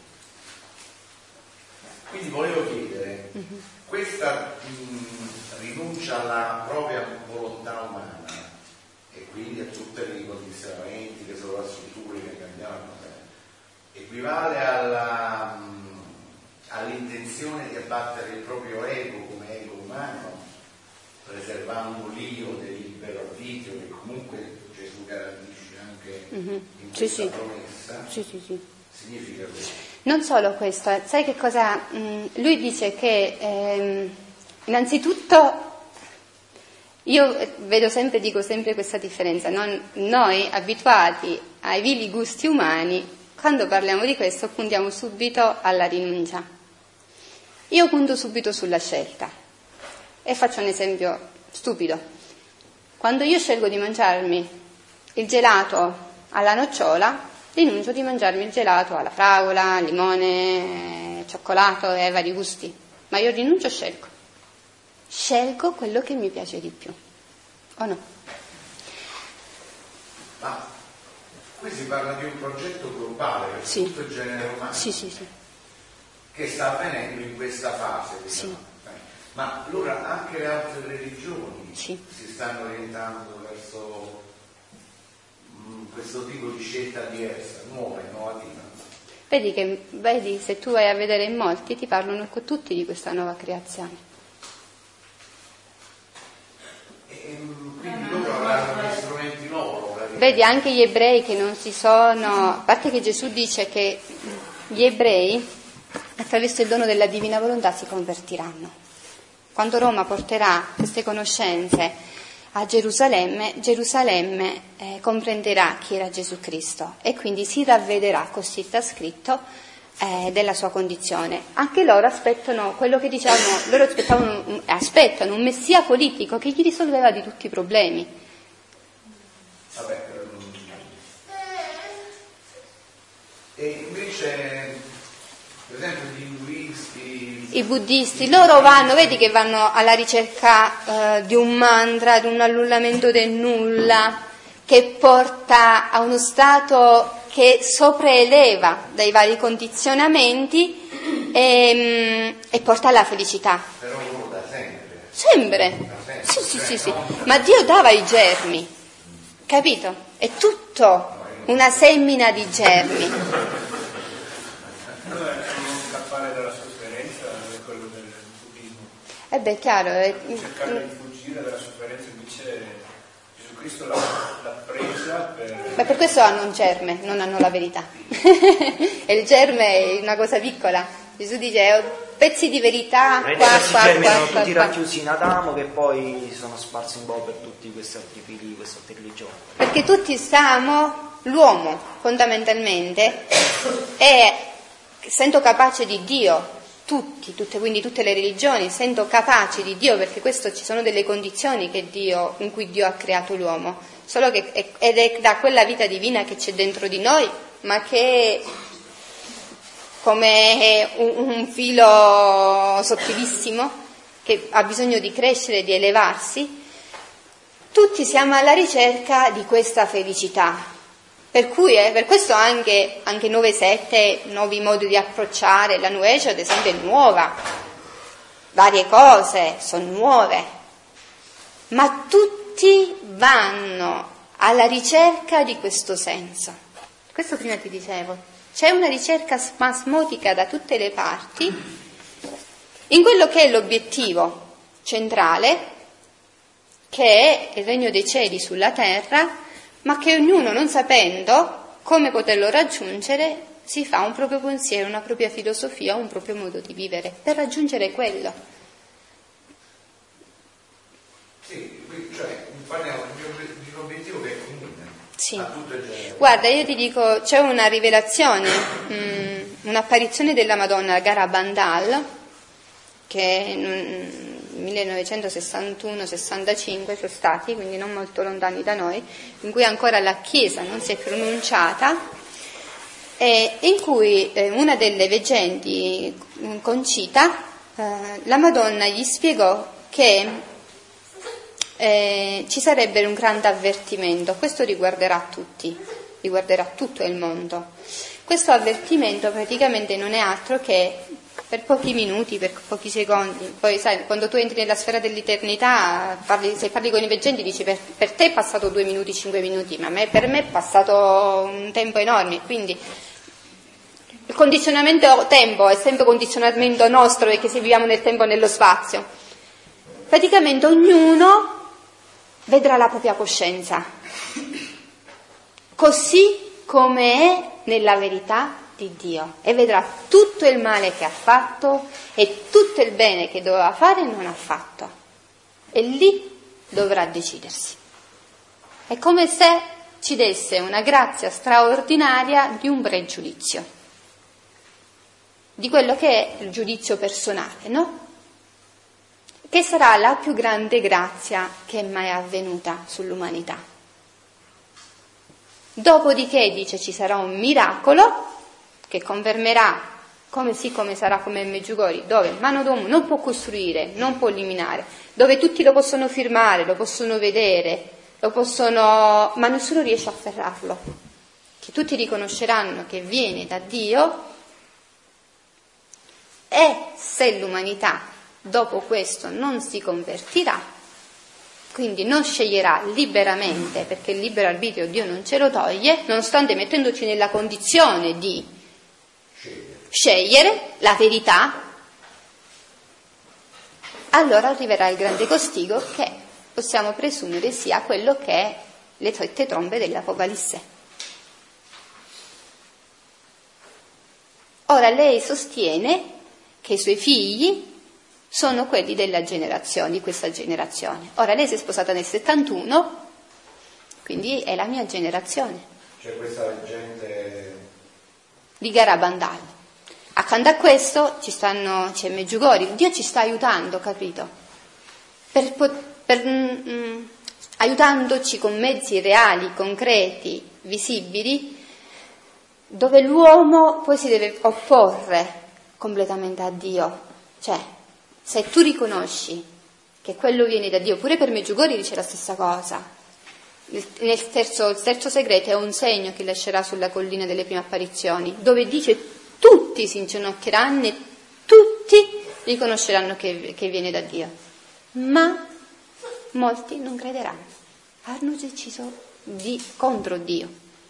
Quindi volevo chiedere, uh-huh. questa mh, rinuncia alla propria volontà umana e quindi a tutti i condizionamenti, le sovrastrutture che cambiamo, equivale alla, mh, all'intenzione di abbattere il proprio ego come ego umano, preservando l'io del libero arbitrio che comunque Gesù garantisce anche mm-hmm. in questa sì, promessa, sì, sì, sì. significa questo. Non solo questo, sai che cosa? Lui dice che ehm, innanzitutto io vedo sempre, dico sempre questa differenza, non, noi abituati ai vili gusti umani, quando parliamo di questo puntiamo subito alla rinuncia. Io punto subito sulla scelta. E faccio un esempio stupido. Quando io scelgo di mangiarmi il gelato alla nocciola, rinuncio di mangiarmi il gelato alla fragola, limone, cioccolato e ai vari gusti. Ma io rinuncio e scelgo. Scelgo quello che mi piace di più. O no? Ma qui si parla di un progetto globale per sì. tutto il genere umano. Sì, sì, sì. Che sta avvenendo in questa fase. Diciamo. Sì. Ma allora anche le altre religioni sì. si stanno orientando verso mh, questo tipo di scelta diversa, nuova, innovativa. Vedi che vedi, se tu vai a vedere in molti ti parlano con tutti di questa nuova creazione. E, quindi loro avranno gli strumenti nuovi. Vedi anche gli ebrei che non si sono, a parte che Gesù dice che gli ebrei attraverso il dono della divina volontà si convertiranno. Quando Roma porterà queste conoscenze a Gerusalemme, Gerusalemme eh, comprenderà chi era Gesù Cristo e quindi si ravvederà, così sta scritto, eh, della sua condizione. Anche loro aspettano quello che diciamo, loro aspettavano, un, aspettano un messia politico che gli risolveva di tutti i problemi. Vabbè, e invece, per esempio, gli induisti, i buddisti, loro vanno, vedi che vanno alla ricerca eh, di un mantra, di un annullamento del nulla, che porta a uno stato che sopraeleva dai vari condizionamenti e, e porta alla felicità. Però uno da sempre. Sempre. Sì, sì, sì, sì. Ma Dio dava i germi, capito? È tutto una semina di germi. Allora, non scappare dalla sofferenza è quello del buddismo. Eh beh, chiaro. È... Cercare di fuggire dalla sofferenza, invece Gesù Cristo l'ha, l'ha presa per... Ma per questo hanno un germe, non hanno la verità. E il germe è una cosa piccola. Gesù dice, ho pezzi di verità, qua, questi qua, germi qua, erano qua, tutti qua. racchiusi in Adamo, che poi sono sparsi un po' per tutti questi altri figli, queste altre religioni. Perché tutti siamo, l'uomo fondamentalmente è, essendo capace di Dio, tutti, tutte, quindi tutte le religioni, essendo capaci di Dio, perché questo ci sono delle condizioni che Dio, in cui Dio ha creato l'uomo, solo che è, ed è da quella vita divina che c'è dentro di noi, ma che come un, un filo sottilissimo che ha bisogno di crescere, di elevarsi, tutti siamo alla ricerca di questa felicità. Per cui, eh, per questo anche, anche nuove sette, nuovi modi di approcciare, la New Age ad esempio è nuova, varie cose sono nuove, ma tutti vanno alla ricerca di questo senso. Questo prima ti dicevo. C'è una ricerca spasmodica da tutte le parti in quello che è l'obiettivo centrale, che è il regno dei cieli sulla terra, ma che ognuno, non sapendo come poterlo raggiungere, si fa un proprio pensiero, una propria filosofia, un proprio modo di vivere per raggiungere quello. Sì, cioè parliamo di un obiettivo che è comune. Sì. Guarda, io ti dico, c'è una rivelazione, mh, un'apparizione della Madonna a Garabandal, che nel millenovecentosessantuno sessantacinque sono stati, quindi non molto lontani da noi, in cui ancora la Chiesa non si è pronunciata, e in cui eh, una delle veggenti, Concita, eh, la Madonna gli spiegò che Eh, ci sarebbe un grande avvertimento. Questo riguarderà tutti, riguarderà tutto il mondo. Questo avvertimento praticamente non è altro che per pochi minuti, per pochi secondi. Poi sai, quando tu entri nella sfera dell'eternità, parli, se parli con i veggenti dici per, per te è passato due minuti, cinque minuti, ma me, per me è passato un tempo enorme. Quindi il condizionamento tempo è sempre condizionamento nostro, perché se viviamo nel tempo e nello spazio. Praticamente ognuno vedrà la propria coscienza, così come è nella verità di Dio, e vedrà tutto il male che ha fatto e tutto il bene che doveva fare e non ha fatto, e lì dovrà decidersi. È come se ci desse una grazia straordinaria di un pregiudizio, di quello che è il giudizio personale, no? Che sarà la più grande grazia che è mai avvenuta sull'umanità. Dopodiché, dice, ci sarà un miracolo che confermerà come sì, come sarà come in Meggiugori, dove mano d'uomo non può costruire, non può eliminare, dove tutti lo possono firmare, lo possono vedere, lo possono, ma nessuno riesce a afferrarlo, che tutti riconosceranno che viene da Dio, e se l'umanità dopo questo non si convertirà, quindi non sceglierà liberamente, perché il libero arbitrio Dio non ce lo toglie, nonostante mettendoci nella condizione di scegliere la verità, allora arriverà il grande castigo, che possiamo presumere sia quello che è le sette trombe dell'Apocalisse. Ora lei sostiene che i suoi figli sono quelli della generazione, di questa generazione. Ora lei si è sposata nel settantuno, quindi è la mia generazione. C'è questa gente di Garabandal. Accanto a questo ci stanno, c'è Meggiugori. Dio ci sta aiutando, capito? Per, per, mm, aiutandoci con mezzi reali, concreti, visibili, dove l'uomo poi si deve opporre completamente a Dio. Cioè, se tu riconosci che quello viene da Dio, pure per Meggiugori dice la stessa cosa, Nel terzo, il terzo segreto è un segno che lascerà sulla collina delle prime apparizioni, dove dice tutti si inginocchieranno e tutti riconosceranno che, che viene da Dio, ma molti non crederanno, hanno deciso di, contro Dio.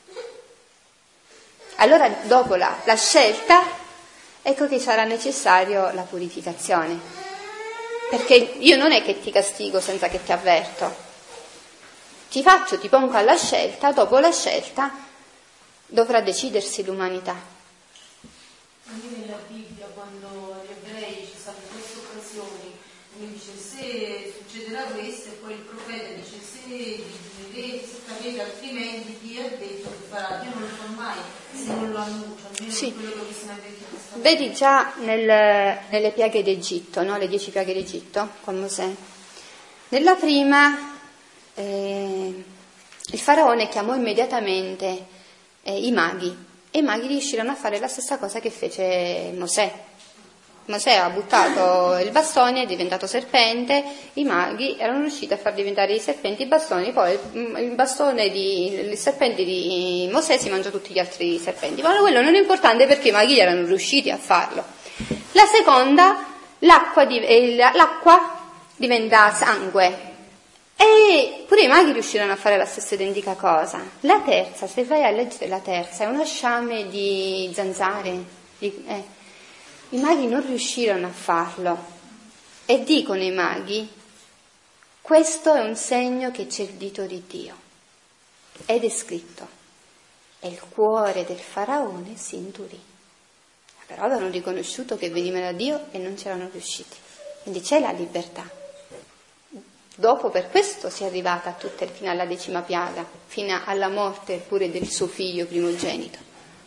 Allora dopo la, la scelta, ecco che sarà necessario la purificazione, perché io non è che ti castigo senza che ti avverto, ti faccio, ti pongo alla scelta, dopo la scelta dovrà decidersi l'umanità. Anche nella Bibbia, quando agli ebrei ci sono queste occasioni, mi dice se succederà questo, e poi il profeta dice se dividete, se capite, altrimenti Dio ha detto che farà. Dio non lo fa mai se non lo annuncia, almeno Sì. quello che ho visto nel Vecchio Testamento. Vedi già nel, nelle piaghe d'Egitto, no? Le dieci piaghe d'Egitto con Mosè. Nella prima eh, il faraone chiamò immediatamente eh, i maghi, e i maghi riuscirono a fare la stessa cosa che fece Mosè. Mosè ha buttato il bastone, è diventato serpente, i maghi erano riusciti a far diventare i serpenti i bastoni, poi il bastone di il serpente di Mosè si mangiò tutti gli altri serpenti, ma quello non è importante perché i maghi erano riusciti a farlo. La seconda, l'acqua, di, l'acqua diventa sangue, e pure i maghi riuscirono a fare la stessa identica cosa. La terza, se vai a leggere la terza, è uno sciame di zanzare, di, eh, i maghi non riuscirono a farlo, e dicono i maghi: questo è un segno che c'è il dito di Dio, ed è scritto, e il cuore del faraone si indurì. Però avevano riconosciuto che veniva da Dio e non c'erano riusciti, quindi c'è la libertà. Dopo, per questo si è arrivata a tutte, fino alla decima piaga, fino alla morte pure del suo figlio primogenito.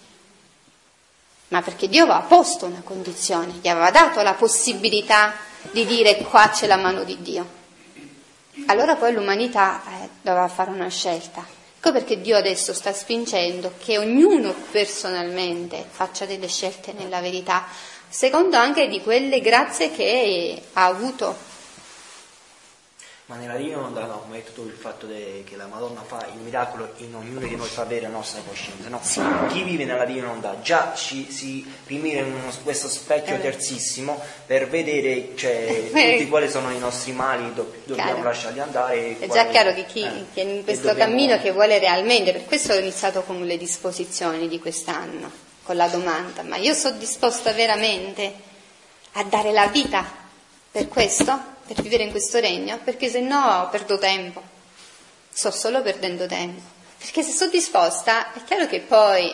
Ma perché Dio aveva posto una condizione, gli aveva dato la possibilità di dire: qua c'è la mano di Dio. Allora poi l'umanità eh, doveva fare una scelta. Ecco perché Dio adesso sta spingendo che ognuno personalmente faccia delle scelte nella verità, secondo anche di quelle grazie che ha avuto. Ma nella Divina Volontà, no, come hai detto tu, il fatto de, che la Madonna fa il miracolo in ognuno di noi fa avere la nostra coscienza, no? Sì. Chi vive nella Divina Volontà già ci, si rimira in uno, questo specchio eh. terzissimo per vedere, cioè, eh. tutti quali sono i nostri mali, do, dobbiamo chiaro. lasciarli andare. È quali, già chiaro che chi eh. che in questo dobbiamo... cammino che vuole realmente, per questo ho iniziato con le disposizioni di quest'anno, con la domanda: ma io sono disposta veramente a dare la vita per questo? Per vivere in questo regno? Perché se no perdo tempo, sto solo perdendo tempo, perché se sono disposta è chiaro che poi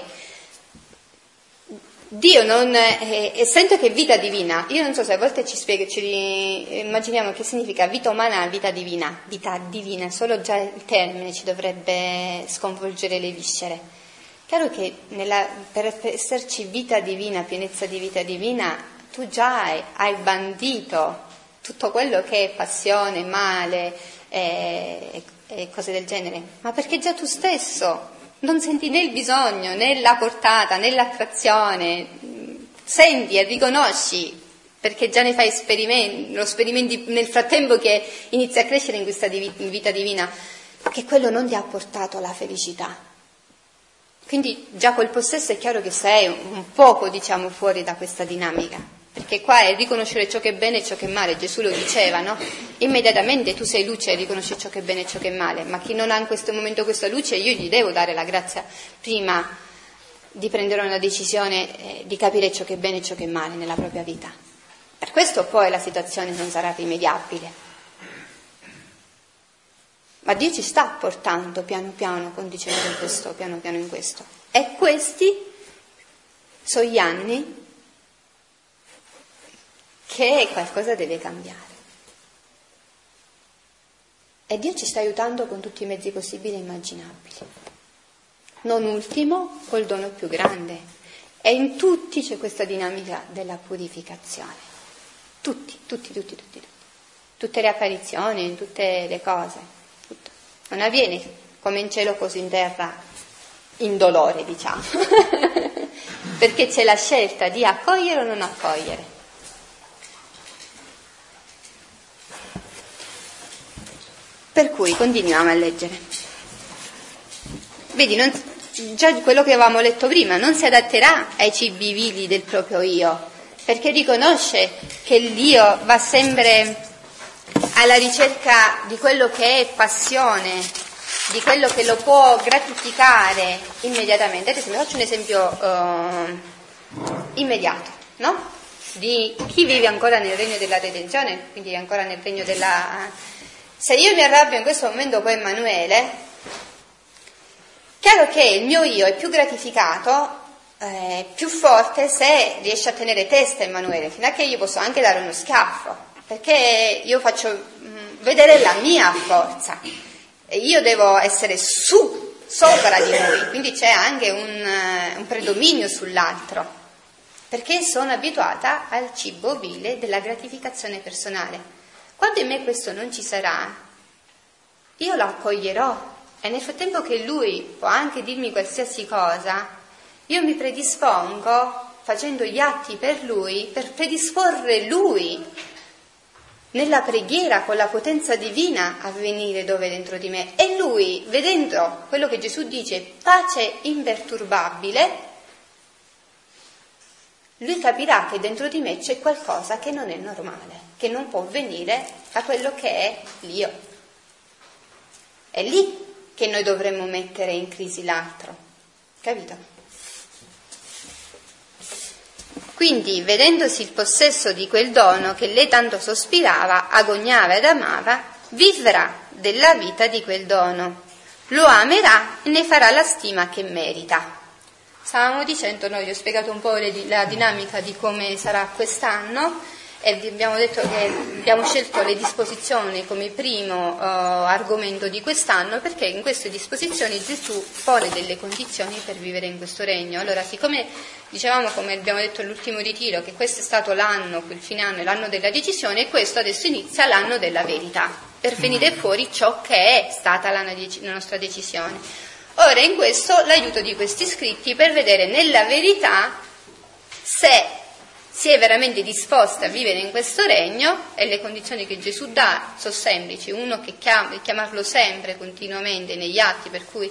Dio non è, e sento che vita divina, io non so se a volte ci spiega, ci immaginiamo che significa vita umana, vita divina, vita divina, solo già il termine ci dovrebbe sconvolgere le viscere. Chiaro che nella, per esserci vita divina, pienezza di vita divina, tu già hai, hai bandito tutto quello che è passione, male e, e cose del genere, ma perché già tu stesso non senti né il bisogno, né la portata, né l'attrazione, senti e riconosci, perché già ne fai esperimenti, lo sperimenti nel frattempo che inizi a crescere in questa vita divina, che quello non ti ha portato la felicità. Quindi già col possesso è chiaro che sei un poco, diciamo, fuori da questa dinamica. Perché qua è riconoscere ciò che è bene e ciò che è male, Gesù lo diceva, no? Immediatamente tu sei luce e riconosci ciò che è bene e ciò che è male, ma chi non ha in questo momento questa luce, io gli devo dare la grazia prima di prendere una decisione, eh, di capire ciò che è bene e ciò che è male nella propria vita. Per questo poi la situazione non sarà rimediabile. Ma Dio ci sta portando piano piano, conducendo in questo, piano piano in questo. E questi sono gli anni che qualcosa deve cambiare. E Dio ci sta aiutando con tutti i mezzi possibili e immaginabili. Non ultimo, col dono più grande. E in tutti c'è questa dinamica della purificazione. Tutti, tutti, tutti, tutti. tutti. Tutte le apparizioni, tutte le cose. Tutto. Non avviene come in cielo così in terra, in dolore, diciamo. Perché c'è la scelta di accogliere o non accogliere. Per cui continuiamo a leggere. vedi, non, già quello che avevamo letto prima, non si adatterà ai cibi vili del proprio io, perché riconosce che l'io va sempre alla ricerca di quello che è passione, di quello che lo può gratificare immediatamente. Ad esempio, faccio un esempio uh, immediato, no? Di chi vive ancora nel regno della redenzione, quindi ancora nel regno della... Se io mi arrabbio in questo momento con Emanuele, chiaro che il mio io è più gratificato, eh, più forte se riesce a tenere testa Emanuele, fino a che io posso anche dare uno schiaffo, perché io faccio mh, vedere la mia forza. E io devo essere su, sopra di lui, quindi c'è anche un, un predominio sull'altro, perché sono abituata al cibo vile della gratificazione personale. Quando in me questo non ci sarà, io lo accoglierò, e nel frattempo che lui può anche dirmi qualsiasi cosa, io mi predispongo, facendo gli atti per lui, per predisporre lui nella preghiera con la potenza divina a venire dove dentro di me. E lui, vedendo quello che Gesù dice, pace imperturbabile, lui capirà che dentro di me c'è qualcosa che non è normale, che non può venire da quello che è l'io. È lì che noi dovremmo mettere in crisi l'altro, capito? Quindi, vedendosi il possesso di quel dono che lei tanto sospirava, agognava ed amava, vivrà della vita di quel dono, lo amerà e ne farà la stima che merita. Stavamo dicendo, noi vi ho spiegato un po' le, la dinamica di come sarà quest'anno, e vi abbiamo detto che abbiamo scelto le disposizioni come primo uh, argomento di quest'anno, perché in queste disposizioni Gesù pone delle condizioni per vivere in questo regno. Allora, siccome dicevamo, come abbiamo detto all'ultimo ritiro, che questo è stato l'anno, quel fine anno, l'anno della decisione, e questo adesso inizia l'anno della verità, per venire fuori ciò che è stata la, la nostra decisione. Ora, in questo l'aiuto di questi scritti per vedere nella verità se si è veramente disposta a vivere in questo regno, e le condizioni che Gesù dà sono semplici. Uno, che chiama, chiamarlo sempre, continuamente, negli atti, per cui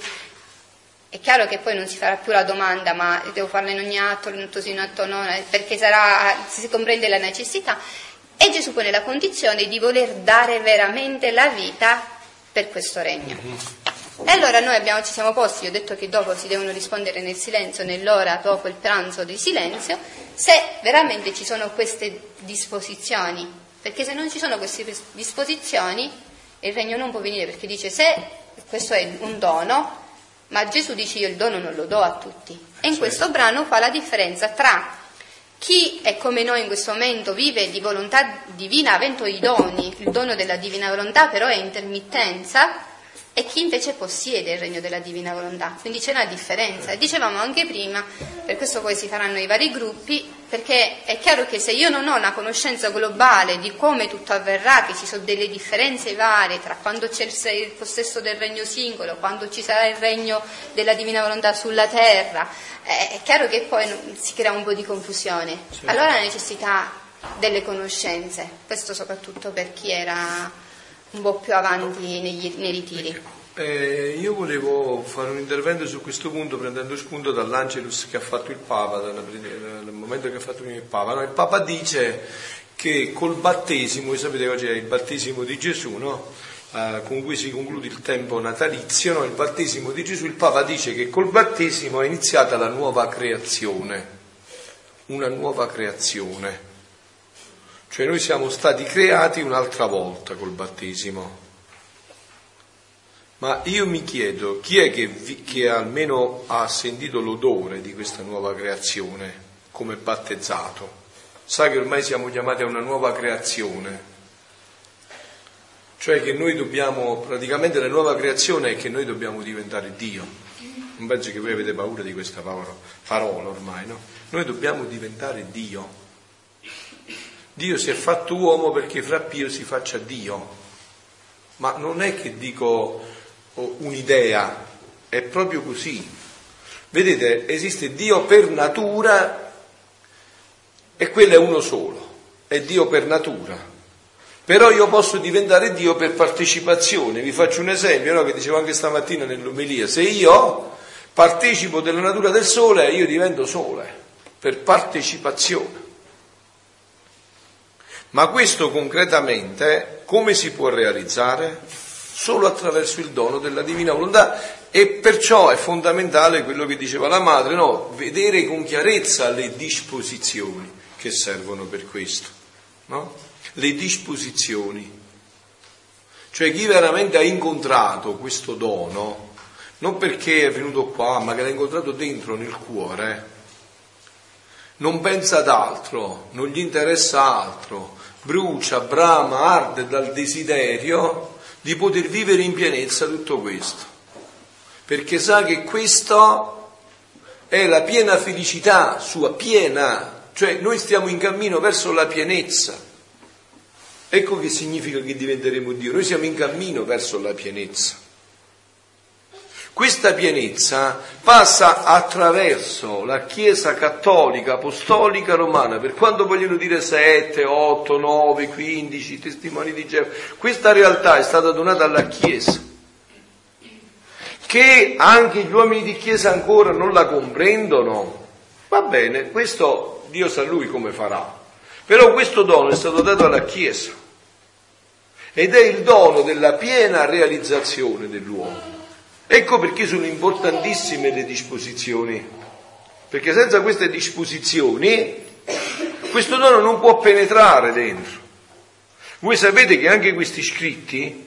è chiaro che poi non si farà più la domanda ma devo farlo in ogni atto, in un atto no, perché sarà, si comprende la necessità, e Gesù pone la condizione di voler dare veramente la vita per questo regno. E allora noi abbiamo, ci siamo posti, io ho detto che dopo si devono rispondere nel silenzio, nell'ora dopo il pranzo di silenzio, se veramente ci sono queste disposizioni, perché se non ci sono queste disposizioni il regno non può venire, perché dice se questo è un dono, ma Gesù dice io il dono non lo do a tutti, e in questo brano fa la differenza tra chi è come noi in questo momento vive di volontà divina avendo i doni, il dono della divina volontà però è intermittenza, e chi invece possiede il regno della divina volontà. Quindi c'è una differenza, e dicevamo anche prima, per questo poi si faranno i vari gruppi, perché è chiaro che se io non ho una conoscenza globale di come tutto avverrà, che ci sono delle differenze varie tra quando c'è il possesso del regno singolo, quando ci sarà il regno della divina volontà sulla terra, è chiaro che poi si crea un po' di confusione. Sì. Allora la necessità delle conoscenze, questo soprattutto per chi era un po' più avanti negli, nei ritiri. Eh, io volevo fare un intervento su questo punto prendendo spunto dall'Angelus che ha fatto il Papa, dal momento che ha fatto il Papa. No, il Papa dice che col battesimo, voi sapete che oggi è il battesimo di Gesù, no? Eh, con cui si conclude il tempo natalizio, no? Il battesimo di Gesù, il Papa dice che col battesimo è iniziata la nuova creazione, una nuova creazione. Cioè noi siamo stati creati un'altra volta col battesimo. Ma io mi chiedo, chi è che, vi, che almeno ha sentito l'odore di questa nuova creazione come battezzato? Sa che ormai siamo chiamati a una nuova creazione. Cioè che noi dobbiamo, praticamente la nuova creazione è che noi dobbiamo diventare Dio. Non penso che voi avete paura di questa parola ormai, no? Noi dobbiamo diventare Dio. Dio si è fatto uomo perché fra Pio si faccia Dio, ma non è che dico un'idea, è proprio così. Vedete, esiste Dio per natura e quello è uno solo, è Dio per natura. Però io posso diventare Dio per partecipazione. Vi faccio un esempio, no, che dicevo anche stamattina nell'omelia. Se io partecipo della natura del sole e io divento sole, per partecipazione. Ma questo concretamente come si può realizzare? Solo attraverso il dono della divina volontà, e perciò è fondamentale quello che diceva la madre, no? Vedere con chiarezza le disposizioni che servono per questo, no? Le disposizioni. Cioè chi veramente ha incontrato questo dono, non perché è venuto qua, ma che l'ha incontrato dentro nel cuore, non pensa ad altro, non gli interessa altro, brucia, brama, arde dal desiderio di poter vivere in pienezza tutto questo, perché sa che questo è la piena felicità sua, piena, cioè noi stiamo in cammino verso la pienezza. Ecco che significa che diventeremo Dio, noi siamo in cammino verso la pienezza. Questa pienezza passa attraverso la Chiesa cattolica, apostolica, romana, per quanto vogliono dire sette, otto, nove, quindici, testimoni di Geova. Questa realtà è stata donata alla Chiesa, che anche gli uomini di Chiesa ancora non la comprendono. Va bene, questo Dio sa Lui come farà, però questo dono è stato dato alla Chiesa ed è il dono della piena realizzazione dell'uomo. Ecco perché sono importantissime le disposizioni, perché senza queste disposizioni questo dono non può penetrare dentro. Voi sapete che anche questi scritti,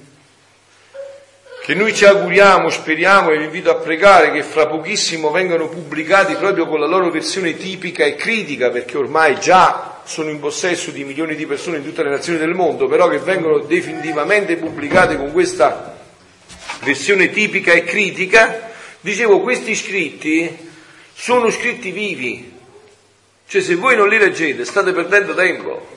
che noi ci auguriamo, speriamo e vi invito a pregare che fra pochissimo vengano pubblicati proprio con la loro versione tipica e critica, perché ormai già sono in possesso di milioni di persone in tutte le nazioni del mondo, però che vengono definitivamente pubblicate con questa versione tipica e critica. Dicevo, questi scritti sono scritti vivi, cioè se voi non li leggete state perdendo tempo,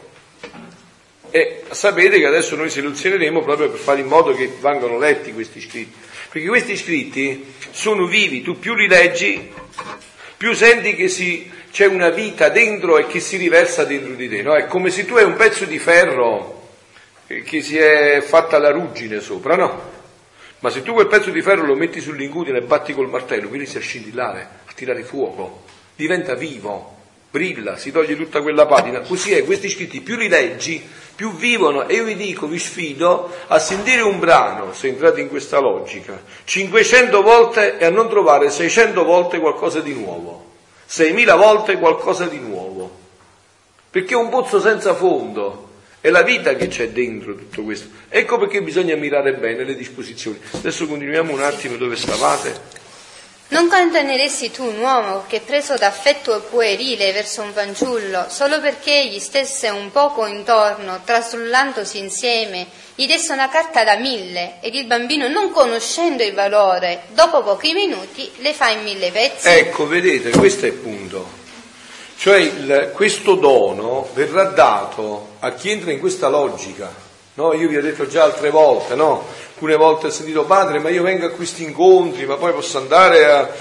e sapete che adesso noi selezioneremo proprio per fare in modo che vengano letti questi scritti, perché questi scritti sono vivi, tu più li leggi più senti che si, c'è una vita dentro e che si riversa dentro di te, no? È come se tu hai un pezzo di ferro che si è fatta la ruggine sopra, no? Ma se tu quel pezzo di ferro lo metti sull'ingudine e batti col martello, quindi si a scintillare, a tirare fuoco, diventa vivo, brilla, si toglie tutta quella patina. Così è, questi scritti più li leggi, più vivono. E io vi dico, vi sfido a sentire un brano, se entrate in questa logica, cinquecento volte e a non trovare seicento volte qualcosa di nuovo, seimila volte qualcosa di nuovo, perché è un pozzo senza fondo. È la vita che c'è dentro tutto questo. Ecco perché bisogna mirare bene le disposizioni. Adesso continuiamo un attimo dove stavate. Non condanneresti tu un uomo che, preso d'affetto puerile verso un fanciullo, solo perché egli stesse un poco intorno, trasullandosi insieme, gli desse una carta da mille, ed il bambino, non conoscendo il valore, dopo pochi minuti le fa in mille pezzi? Ecco, vedete, questo è il punto. Cioè il, questo dono verrà dato a chi entra in questa logica, no? Io vi ho detto già altre volte, no? Alcune volte ho sentito: padre, ma io vengo a questi incontri, ma poi posso andare a,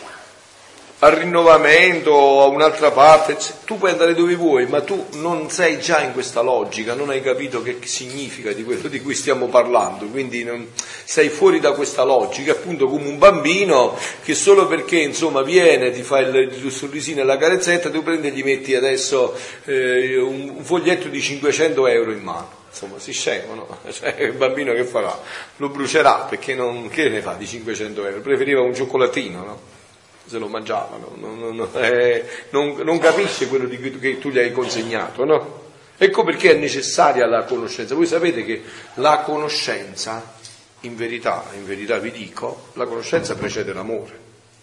al rinnovamento, a un'altra parte. Tu puoi andare dove vuoi, ma tu non sei già in questa logica, non hai capito che significa di quello di cui stiamo parlando, quindi non, sei fuori da questa logica, appunto come un bambino che solo perché insomma viene, ti fa il, il sorrisino e la carezzetta, tu prendi e gli metti adesso eh, un, un foglietto di cinquecento euro in mano. Insomma, si scemo, no? Cioè, il bambino che farà? Lo brucerà, perché non, che ne fa di cinquecento euro? Preferiva un cioccolatino, no? Se lo mangiavano, non, non, eh, non, non capisce quello di cui che tu gli hai consegnato, no? Ecco perché è necessaria la conoscenza. Voi sapete che la conoscenza, in verità, in verità vi dico, la conoscenza precede l'amore,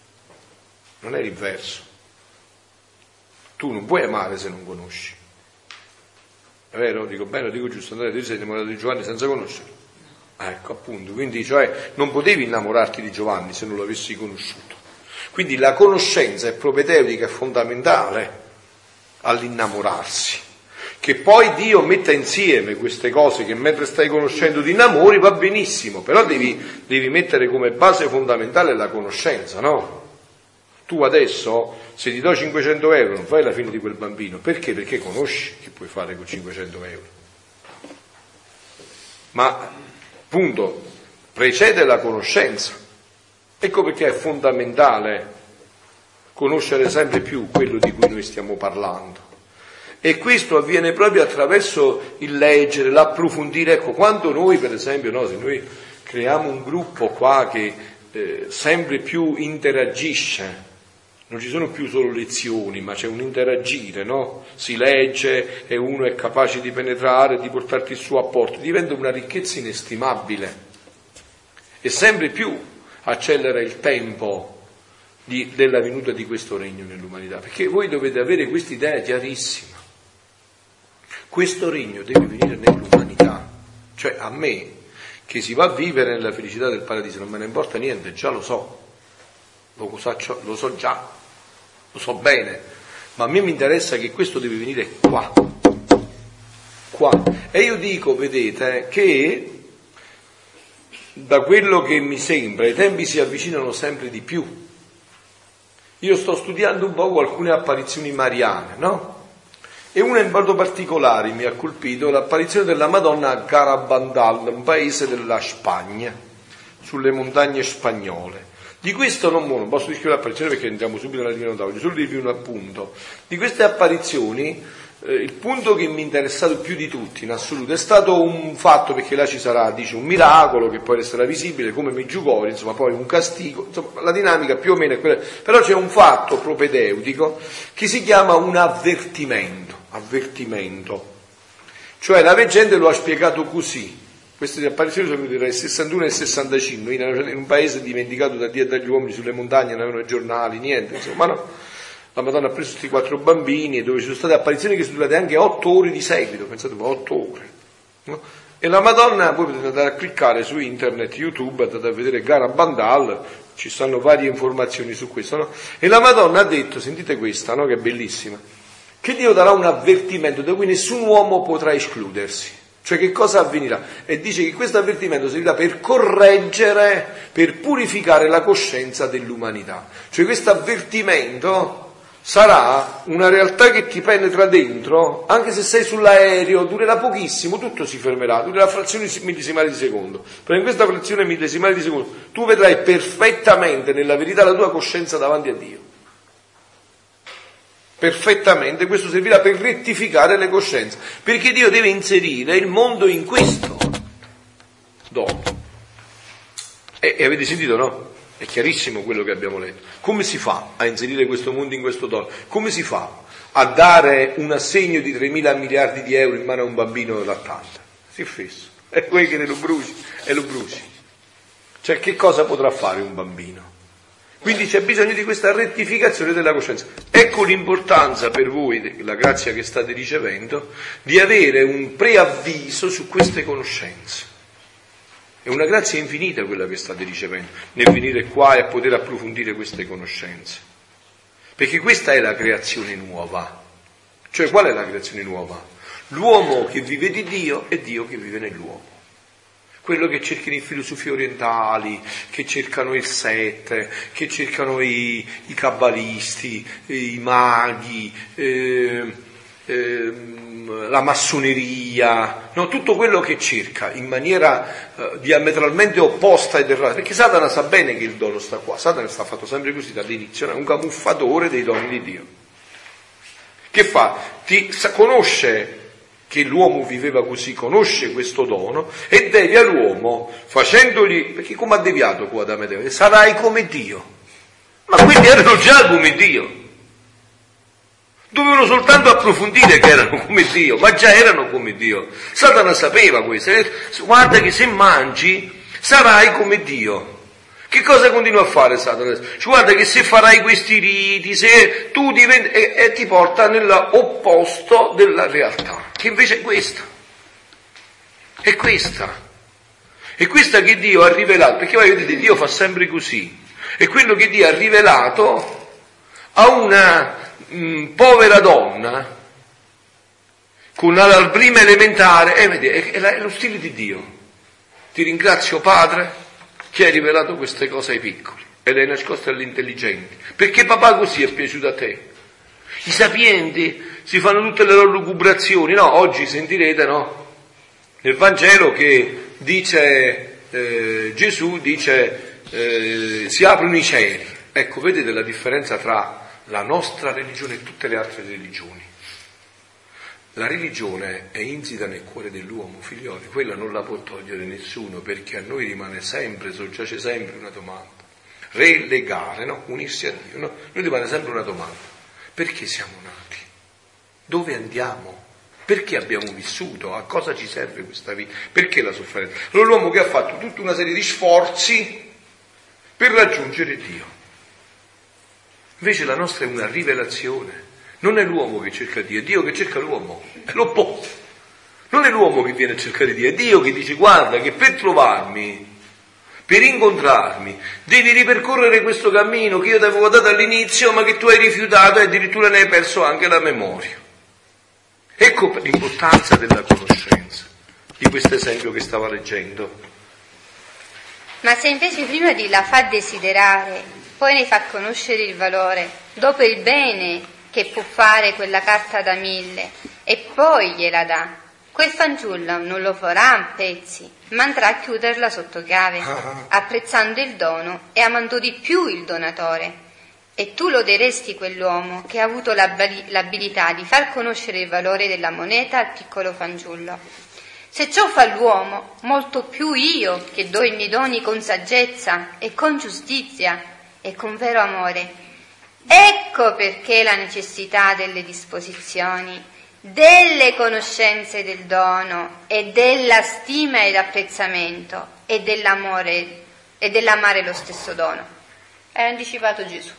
non è l'inverso. Tu non puoi amare se non conosci, è vero? Dico bene, lo dico giusto, Andrea, tu sei innamorato di Giovanni senza conoscerlo. Ecco, appunto, quindi cioè non potevi innamorarti di Giovanni se non lo avessi conosciuto. Quindi la conoscenza è propedeutica e fondamentale all'innamorarsi. Che poi Dio metta insieme queste cose che mentre stai conoscendo ti innamori va benissimo, però devi, devi mettere come base fondamentale la conoscenza, no? Tu adesso, se ti do cinquecento euro, non fai la fine di quel bambino. Perché? Perché conosci che puoi fare con cinquecento euro. Ma, appunto, precede la conoscenza. Ecco perché è fondamentale conoscere sempre più quello di cui noi stiamo parlando. E questo avviene proprio attraverso il leggere, l'approfondire. Ecco, quando noi, per esempio, no, se noi creiamo un gruppo qua che eh, sempre più interagisce, non ci sono più solo lezioni, ma c'è un interagire, no? Si legge e uno è capace di penetrare, di portarti il suo apporto, diventa una ricchezza inestimabile e sempre più accelera il tempo di, della venuta di questo regno nell'umanità, perché voi dovete avere questa idea chiarissima. Questo regno deve venire nell'umanità, cioè a me che si va a vivere nella felicità del paradiso non me ne importa niente, già lo so, lo so, lo so già, lo so bene, ma a me mi interessa che questo deve venire qua, qua. E io dico, vedete, che da quello che mi sembra i tempi si avvicinano sempre di più. Io sto studiando un po' alcune apparizioni mariane, no? E una in modo particolare mi ha colpito, l'apparizione della Madonna a Garabandal, un paese della Spagna, sulle montagne spagnole. Di questo non, non posso descrivere l'apparizione perché entriamo subito nella Divina Volontà, voglio solo dirvi un appunto. Di queste apparizioni, eh, il punto che mi è interessato più di tutti in assoluto è stato un fatto, perché là ci sarà, dice, un miracolo che poi resterà visibile come Meggiugori, insomma poi un castigo, insomma la dinamica più o meno è quella, però c'è un fatto propedeutico che si chiama un avvertimento. avvertimento, cioè la veggente lo ha spiegato così. Queste apparizioni sono venute tra il sessantuno e il sessantacinque, in un paese dimenticato da Dio e dagli uomini, sulle montagne, non avevano giornali, niente, insomma, no? La Madonna ha preso questi quattro bambini e dove ci sono state apparizioni che sono durate anche otto ore di seguito, pensate, otto ore, no? E la Madonna, voi potete andare a cliccare su internet, YouTube, andate a vedere Garabandal, ci stanno varie informazioni su questo, no? E la Madonna ha detto, sentite questa, no? Che è bellissima, che Dio darà un avvertimento da cui nessun uomo potrà escludersi. Cioè che cosa avvenirà? E dice che questo avvertimento servirà per correggere, per purificare la coscienza dell'umanità. Cioè questo avvertimento sarà una realtà che ti penetra dentro, anche se sei sull'aereo, durerà pochissimo, tutto si fermerà, durerà frazioni millesimali di secondo. Però in questa frazione millesimale di secondo tu vedrai perfettamente nella verità la tua coscienza davanti a Dio. Perfettamente, questo servirà per rettificare le coscienze, perché Dio deve inserire il mondo in questo dono. E, e avete sentito, no? È chiarissimo quello che abbiamo letto. Come si fa a inserire questo mondo in questo dono? Come si fa a dare un assegno di tremila miliardi di euro in mano a un bambino lattante? Si è fesso. E poi che lo bruci, e lo bruci. Cioè, che cosa potrà fare un bambino? Quindi c'è bisogno di questa rettificazione della coscienza. Ecco l'importanza per voi, la grazia che state ricevendo, di avere un preavviso su queste conoscenze. È una grazia infinita quella che state ricevendo, nel venire qua e a poter approfondire queste conoscenze. Perché questa è la creazione nuova. Cioè, qual è la creazione nuova? L'uomo che vive di Dio e Dio che vive nell'uomo. Quello che cercano i filosofi orientali, che cercano il Set, che cercano i, i kabbalisti, i maghi, eh, eh, la massoneria, no, tutto quello che cerca in maniera eh, diametralmente opposta ed errata, perché Satana sa bene che il dono sta qua, Satana sta fatto sempre così dall'inizio, è un camuffatore dei doni di Dio. Che fa? Ti conosce che l'uomo viveva così, conosce questo dono e devia l'uomo facendogli, perché come ha deviato qua da me, sarai come Dio. Ma quelli erano già come Dio, dovevano soltanto approfondire che erano come Dio, ma già erano come Dio. Satana sapeva questo, guarda che se mangi sarai come Dio. Che cosa continua a fare Satana? Cioè, guarda che se farai questi riti, se tu diventi, e, e ti porta nell'opposto della realtà, che invece è questa. È questa. È questa che Dio ha rivelato, perché voi vedete, Dio fa sempre così. È quello che Dio ha rivelato a una mh, povera donna con la prima elementare, eh, vedete, è, è, è lo stile di Dio. Ti ringrazio Padre che hai rivelato queste cose ai piccoli e le hai nascoste agli intelligenti, perché papà così è piaciuto a te. I sapienti si fanno tutte le loro lucubrazioni, no? Oggi sentirete, no? Nel Vangelo che dice eh, Gesù dice eh, si aprono i cieli. Ecco, vedete la differenza tra la nostra religione e tutte le altre religioni. La religione è insita nel cuore dell'uomo, figlioli, quella non la può togliere nessuno, perché a noi rimane sempre, soggiace sempre una domanda. Relegare, no? Unirsi a Dio, no? Noi rimane sempre una domanda. Perché siamo nati? Dove andiamo? Perché abbiamo vissuto? A cosa ci serve questa vita? Perché la sofferenza? Allora l'uomo che ha fatto tutta una serie di sforzi per raggiungere Dio. Invece la nostra è una rivelazione. Non è l'uomo che cerca Dio, è Dio che cerca l'uomo, è l'opposto. Non è l'uomo che viene a cercare Dio, è Dio che dice: guarda che per trovarmi, per incontrarmi, devi ripercorrere questo cammino che io ti avevo dato all'inizio, ma che tu hai rifiutato e addirittura ne hai perso anche la memoria. Ecco l'importanza della conoscenza, di questo esempio che stava leggendo. Ma se invece prima di la fa desiderare, poi ne fa conoscere il valore, dopo il bene che può fare quella carta da mille, e poi gliela dà, quel fanciullo non lo farà a pezzi, ma andrà a chiuderla sotto chiave, apprezzando il dono e amando di più il donatore. E tu loderesti quell'uomo che ha avuto l'abilità di far conoscere il valore della moneta al piccolo fanciullo. Se ciò fa l'uomo, molto più io, che do i miei doni con saggezza e con giustizia e con vero amore. Ecco perché la necessità delle disposizioni, delle conoscenze del dono e della stima ed apprezzamento e dell'amore e dell'amare lo stesso dono. È anticipato Gesù.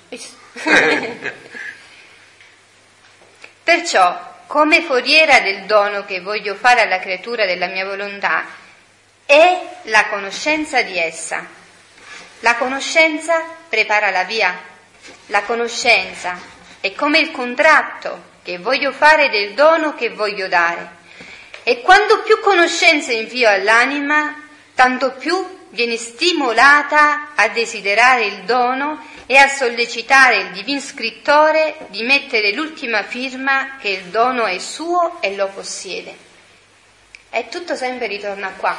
Perciò, come foriera del dono che voglio fare alla creatura della mia volontà, è la conoscenza di essa. La conoscenza prepara la via. La conoscenza è come il contratto che voglio fare del dono che voglio dare. E quanto più conoscenza invio all'anima, tanto più viene stimolata a desiderare il dono e a sollecitare il divin scrittore di mettere l'ultima firma che il dono è suo e lo possiede. E tutto sempre ritorna qua.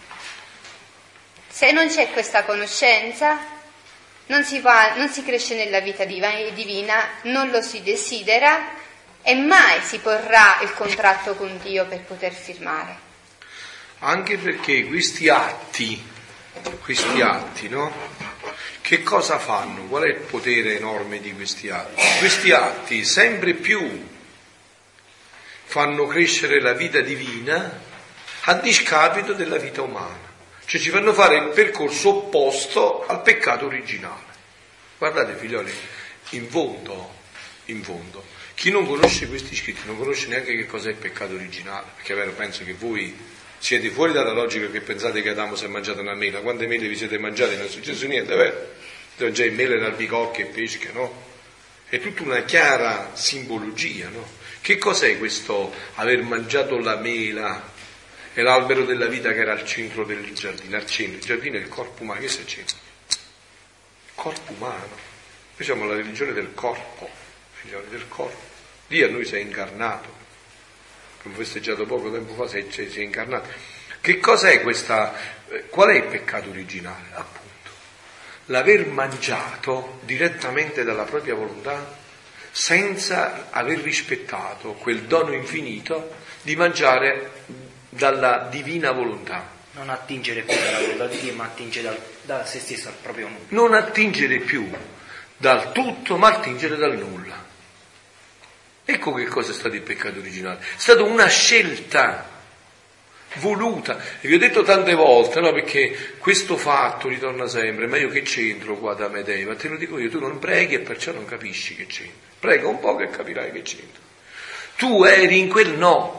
Se non c'è questa conoscenza, non si va, non si cresce nella vita divina, non lo si desidera e mai si porrà il contratto con Dio per poter firmare. Anche perché questi atti, questi atti, no? Che cosa fanno? Qual è il potere enorme di questi atti? Questi atti sempre più fanno crescere la vita divina a discapito della vita umana. Cioè ci fanno fare il percorso opposto al peccato originale. Guardate figlioli, in fondo, in fondo, chi non conosce questi scritti non conosce neanche che cos'è il peccato originale, perché è vero, penso che voi siete fuori dalla logica che pensate che Adamo si è mangiato una mela. Quante mele vi siete mangiate? Non è successo niente, è vero? Già il mele, l'albicocche e pesche, no? È tutta una chiara simbologia, no? Che cos'è questo aver mangiato la mela? È l'albero della vita che era al centro del giardino, al centro. Il giardino è il corpo umano, che si accende? Il corpo umano. Noi siamo la religione del corpo, figlioli del corpo. Dio a noi si è incarnato, come festeggiato poco tempo fa, si è, si è incarnato. Che cos'è questa? Qual è il peccato originale? Appunto, l'aver mangiato direttamente dalla propria volontà senza aver rispettato quel dono infinito di mangiare dalla divina volontà. Non attingere più dalla volontà di Dio, ma attingere dal, da se stesso al proprio nulla. Non attingere più dal tutto, ma attingere dal nulla. Ecco che cosa è stato il peccato originale. È stata una scelta voluta. E vi ho detto tante volte, no? Perché questo fatto ritorna sempre. Ma io che c'entro qua da Medei? Ma te lo dico io, tu non preghi e perciò non capisci che c'entra. Prega un po' che capirai che c'entra. Tu eri in quel no.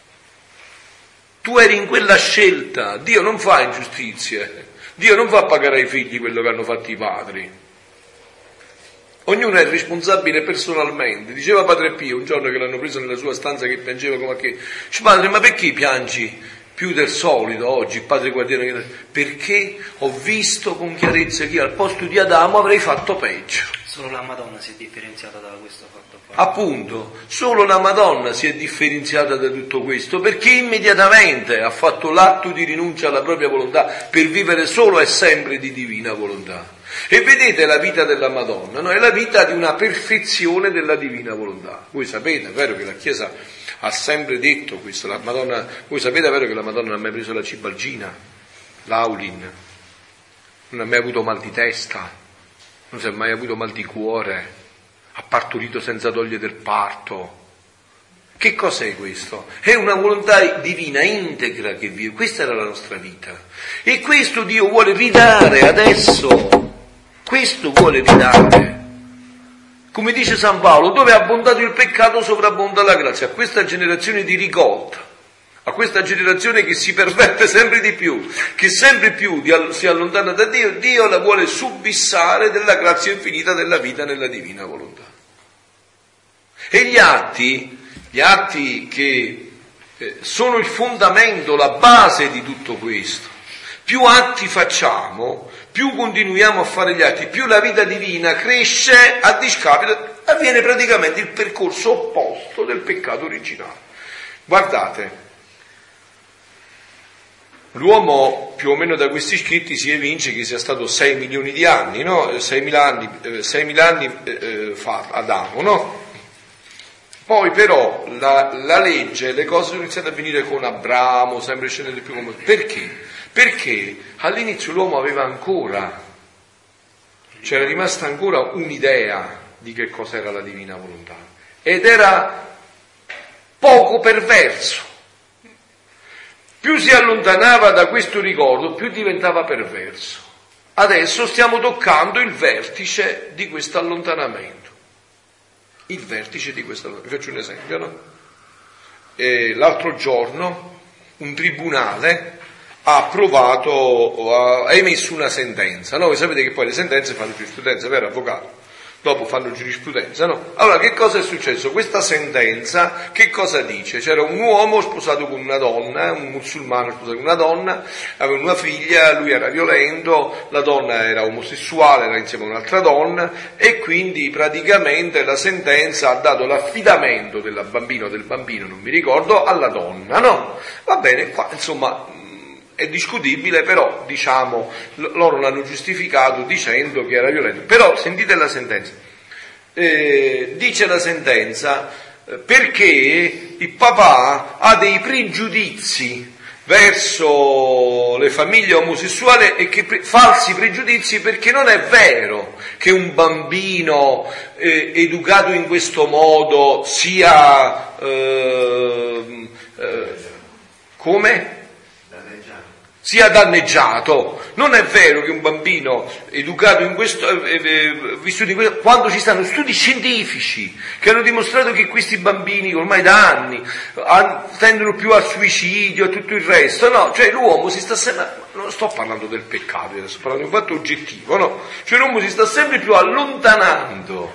Tu eri in quella scelta. Dio non fa ingiustizie. Dio non fa pagare ai figli quello che hanno fatto i padri. Ognuno è responsabile personalmente. Diceva Padre Pio un giorno che l'hanno preso nella sua stanza che piangeva come a che. Dice: padre, ma perché piangi più del solito oggi? Il padre guardiano: perché ho visto con chiarezza che al posto di Adamo avrei fatto peggio. Solo la Madonna si è differenziata da questo fatto qua. Appunto, solo la Madonna si è differenziata da tutto questo, perché immediatamente ha fatto l'atto di rinuncia alla propria volontà per vivere solo e sempre di divina volontà. E vedete la vita della Madonna, no? È la vita di una perfezione della divina volontà. Voi sapete, è vero che la Chiesa ha sempre detto questo, la Madonna, voi sapete, è vero che la Madonna non ha mai preso la cibalgina, l'aulin, non ha mai avuto mal di testa, non si è mai avuto mal di cuore, ha partorito senza doglie del parto. Che cos'è questo? È una volontà divina integra che vive, questa era la nostra vita. E questo Dio vuole ridare adesso, questo vuole ridare. Come dice San Paolo, dove è abbondato il peccato sovrabbonda la grazia. A questa generazione di ricolta, a questa generazione che si perverte sempre di più, che sempre più si allontana da Dio, Dio la vuole subissare della grazia infinita della vita nella divina volontà. E gli atti, gli atti che eh, sono il fondamento, la base di tutto questo. Più atti facciamo, più continuiamo a fare gli atti, più la vita divina cresce a discapito, avviene praticamente il percorso opposto del peccato originale. Guardate, l'uomo più o meno da questi scritti si evince che sia stato sei milioni di anni, no? seimila anni, eh, seimila anni eh, fa Adamo, no? Poi però la, la legge, le cose sono iniziate a venire con Abramo, sempre scendendo più come... Perché? Perché all'inizio l'uomo aveva ancora, c'era rimasta ancora un'idea di che cos'era la divina volontà, ed era poco perverso. Più si allontanava da questo ricordo, più diventava perverso. Adesso stiamo toccando il vertice di questo allontanamento. Il vertice di questo allontanamento. Vi faccio un esempio, no? E l'altro giorno un tribunale ha approvato, ha emesso una sentenza, no? Voi sapete che poi le sentenze fanno giurisprudenza, vero avvocato? Dopo fanno giurisprudenza, no? Allora, che cosa è successo? Questa sentenza, che cosa dice? C'era un uomo sposato con una donna, un musulmano sposato con una donna, aveva una figlia, lui era violento, la donna era omosessuale, era insieme a un'altra donna, e quindi praticamente la sentenza ha dato l'affidamento della bambina o del bambino, non mi ricordo, alla donna, no? Va bene, qua, insomma... È discutibile, però diciamo loro l'hanno giustificato dicendo che era violento. Però sentite la sentenza. Eh, dice la sentenza eh, perché il papà ha dei pregiudizi verso le famiglie omosessuali e che pre- falsi pregiudizi, perché non è vero che un bambino eh, educato in questo modo sia eh, eh, come? sia danneggiato. Non è vero che un bambino educato in questo, eh, eh, vissuto in questo, quando ci stanno studi scientifici che hanno dimostrato che questi bambini ormai da anni hanno, tendono più al suicidio e tutto il resto, no? Cioè l'uomo si sta sempre, non sto parlando del peccato, sto parlando di un fatto oggettivo, no? Cioè l'uomo si sta sempre più allontanando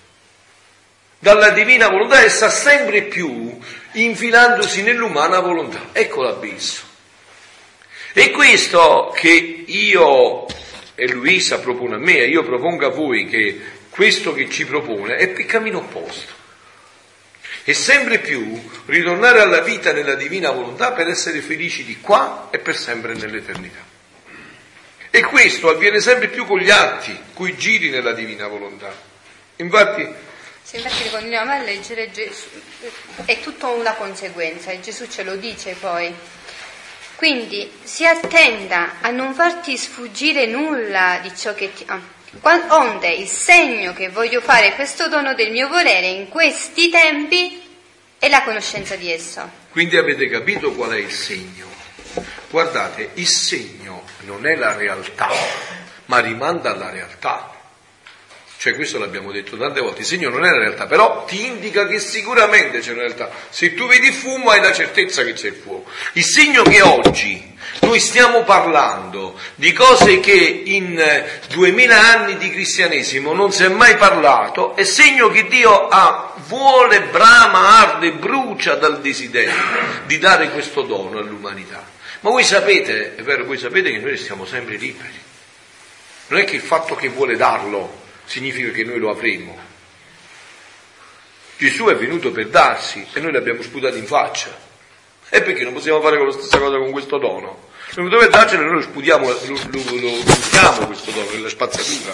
dalla divina volontà e sta sempre più infilandosi nell'umana volontà. Ecco l'abisso. E questo che io e Luisa propone a me, e io propongo a voi, che questo che ci propone è il cammino opposto. E sempre più ritornare alla vita nella divina volontà per essere felici di qua e per sempre nell'eternità. E questo avviene sempre più con gli atti, coi giri nella divina volontà. Infatti... Se infatti continuiamo a leggere, Gesù, è tutta una conseguenza, e Gesù ce lo dice poi. Quindi si attenda a non farti sfuggire nulla di ciò che ti... Ah, onde il segno che voglio fare, questo dono del mio volere in questi tempi, è la conoscenza di esso. Quindi avete capito qual è il segno? Guardate, il segno non è la realtà, ma rimanda alla realtà. Cioè questo l'abbiamo detto tante volte, il segno non è la realtà, però ti indica che sicuramente c'è una realtà. Se tu vedi il fumo hai la certezza che c'è il fuoco. Il segno che oggi noi stiamo parlando di cose che in duemila anni di cristianesimo non si è mai parlato, è segno che Dio ha, vuole, brama, arde, brucia dal desiderio di dare questo dono all'umanità. Ma voi sapete, è vero, voi sapete che noi siamo sempre liberi. Non è che il fatto che vuole darlo significa che noi lo avremo. Gesù è venuto per darsi e noi l'abbiamo sputato in faccia. E perché non possiamo fare la stessa cosa con questo dono? È venuto per darcelo e noi lo sputiamo, lo, lo, lo, lo buttiamo questo dono nella spazzatura.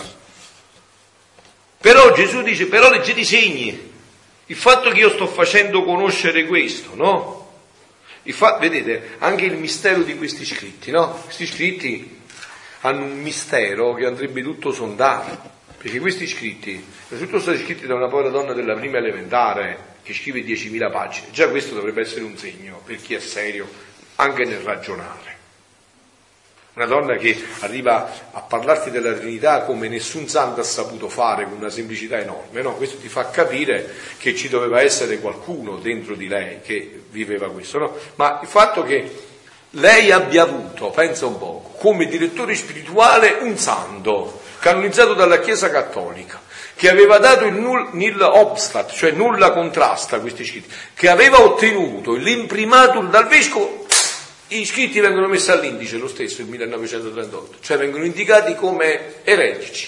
Però Gesù dice, però leggete i segni. Il fatto che io sto facendo conoscere questo, no? Il fatto, vedete, anche il mistero di questi scritti, no? Questi scritti hanno un mistero che andrebbe tutto sondato, perché questi scritti, innanzitutto sono stati scritti da una povera donna della prima elementare che scrive diecimila pagine. Già questo dovrebbe essere un segno per chi è serio anche nel ragionare. Una donna che arriva a parlarti della Trinità come nessun santo ha saputo fare, con una semplicità enorme, no? Questo ti fa capire che ci doveva essere qualcuno dentro di lei che viveva questo, no? Ma il fatto che lei abbia avuto, pensa un po', come direttore spirituale un santo canonizzato dalla Chiesa Cattolica, che aveva dato il null, nil obstat, cioè nulla contrasta a questi scritti, che aveva ottenuto l'imprimatur dal vescovo. I scritti vengono messi all'indice lo stesso, il millenovecentotrentotto, cioè vengono indicati come eretici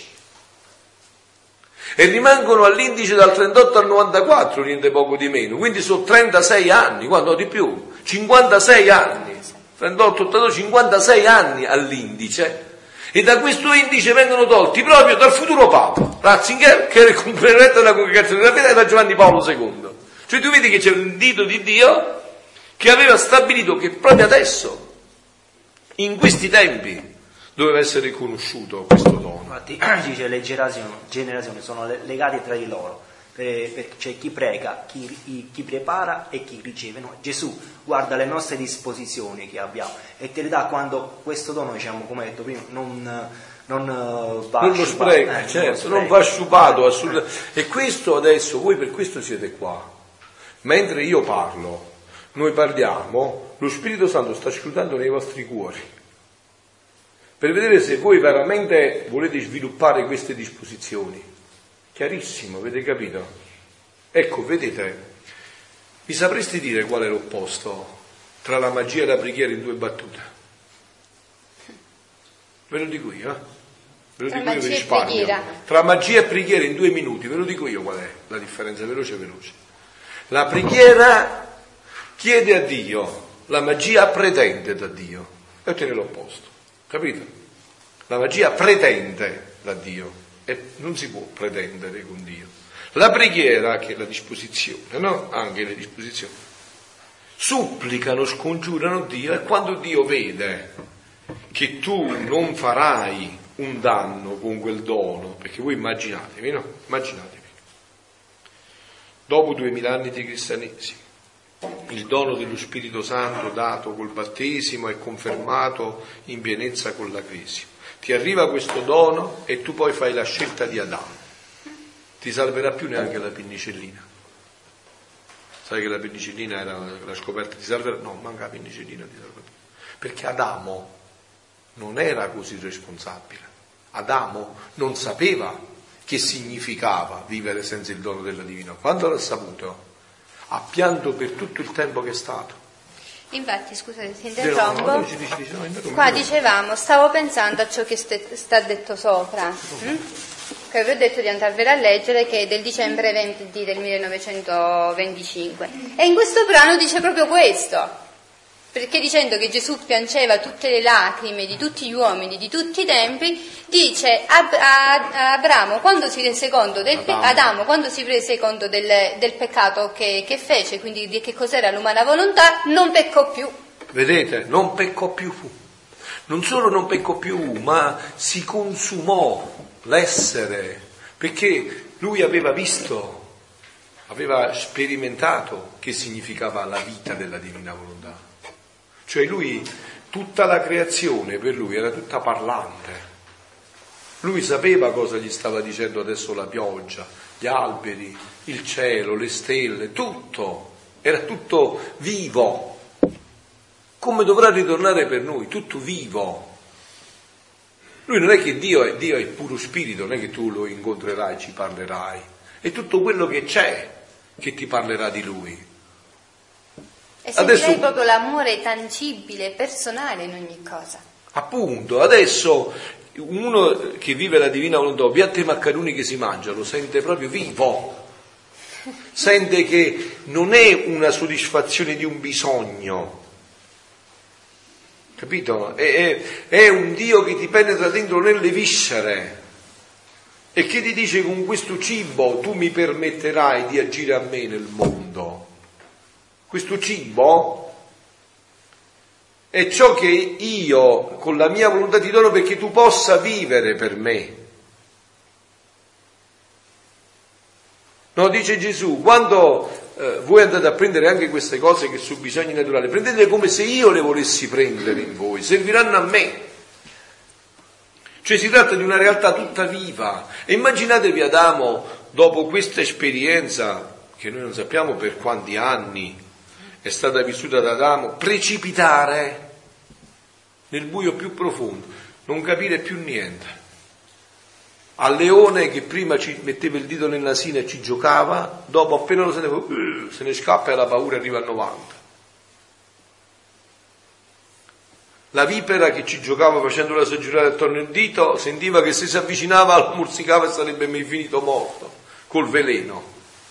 e rimangono all'indice dal trentotto al novantaquattro, niente poco di meno, quindi sono trentasei anni, quando di più, cinquantasei anni, trentotto, ottantotto, cinquantasei anni all'indice, e da questo indice vengono tolti proprio dal futuro Papa Ratzinger, che era il componente della Congregazione della Fede, da Giovanni Paolo secondo. Cioè tu vedi che c'è un dito di Dio che aveva stabilito che proprio adesso, in questi tempi, doveva essere conosciuto questo dono. Infatti dice le generazioni, generazioni sono legate tra di loro, perché c'è chi prega, chi, chi prepara e chi riceve. No, Gesù guarda le nostre disposizioni che abbiamo e te le dà quando questo dono, diciamo, come detto prima, non, non va non lo spreca, eh, certo, non va sciupato assolutamente. E questo adesso, voi per questo siete qua. Mentre io parlo, noi parliamo, lo Spirito Santo sta scrutando nei vostri cuori per vedere se voi veramente volete sviluppare queste disposizioni. Chiarissimo, avete capito? Ecco, vedete, mi sapreste dire qual è l'opposto tra la magia e la preghiera in due battute? Ve lo dico io, eh? Ve lo dico io, vi risparmio. Tra magia e preghiera in due minuti, ve lo dico io qual è la differenza, veloce veloce. La preghiera chiede a Dio, la magia pretende da Dio, e ottiene l'opposto, capito? La magia pretende da Dio e non si può pretendere con Dio. La preghiera, che è la disposizione, no? Anche le disposizioni, supplicano, scongiurano Dio, e quando Dio vede che tu non farai un danno con quel dono, perché voi immaginatevi, no? Immaginatevi, dopo duemila anni di cristianesimo, il dono dello Spirito Santo dato col battesimo è confermato in pienezza con la Cresima. Ti arriva questo dono e tu poi fai la scelta di Adamo. Ti salverà più neanche la penicillina. Sai che la penicillina era la scoperta, ti salverà? No, manca la penicillina, ti salverà. Perché Adamo non era così responsabile. Adamo non sapeva che significava vivere senza il dono della divinità. Quando l'ha saputo, ha pianto per tutto il tempo che è stato. Infatti, scusate, ti interrompo. No, no, ci dici, dici, no, interrompo. Qua dicevamo, stavo pensando a ciò che st- sta detto sopra, hm? Che vi ho detto di andarvela a leggere, che è del dicembre venti del millenovecentoventicinque. E in questo brano dice proprio questo. Perché dicendo che Gesù piangeva tutte le lacrime di tutti gli uomini di tutti i tempi, dice a, a, a Abramo quando si rese conto del pe- Adamo quando si rese conto del, del peccato che, che fece, quindi di che cos'era l'umana volontà, non peccò più. Vedete, non peccò più. Non solo non peccò più, ma si consumò l'essere, perché lui aveva visto, aveva sperimentato che significava la vita della divina volontà. Cioè lui, tutta la creazione per lui era tutta parlante. Lui sapeva cosa gli stava dicendo adesso la pioggia, gli alberi, il cielo, le stelle, tutto. Era tutto vivo. Come dovrà ritornare per noi, tutto vivo. Lui non è che Dio è, Dio è puro spirito, non è che tu lo incontrerai, ci parlerai. È tutto quello che c'è che ti parlerà di lui. E sentirei adesso, proprio l'amore tangibile, personale in ogni cosa. Appunto, adesso uno che vive la divina volontà, piatti e maccheroni che si mangia, lo sente proprio vivo, sente che non è una soddisfazione di un bisogno, capito? È, è, è un Dio che ti penetra dentro nelle viscere e che ti dice: con questo cibo tu mi permetterai di agire a me nel mondo. Questo cibo è ciò che io con la mia volontà ti dono perché tu possa vivere per me. No, dice Gesù, quando eh, voi andate a prendere anche queste cose che sono bisogni naturali, prendetele come se io le volessi prendere in voi, serviranno a me. Cioè si tratta di una realtà tutta viva. E immaginatevi Adamo, dopo questa esperienza, che noi non sappiamo per quanti anni è stata vissuta da Adamo, precipitare nel buio più profondo, non capire più niente. Al leone che prima ci metteva il dito nel nasino e ci giocava, dopo appena lo sentiva, uh, se ne scappa e la paura arriva a novanta. La vipera che ci giocava facendola soggiorare attorno al dito, sentiva che se si avvicinava lo morsicava e sarebbe mai finito morto, col veleno.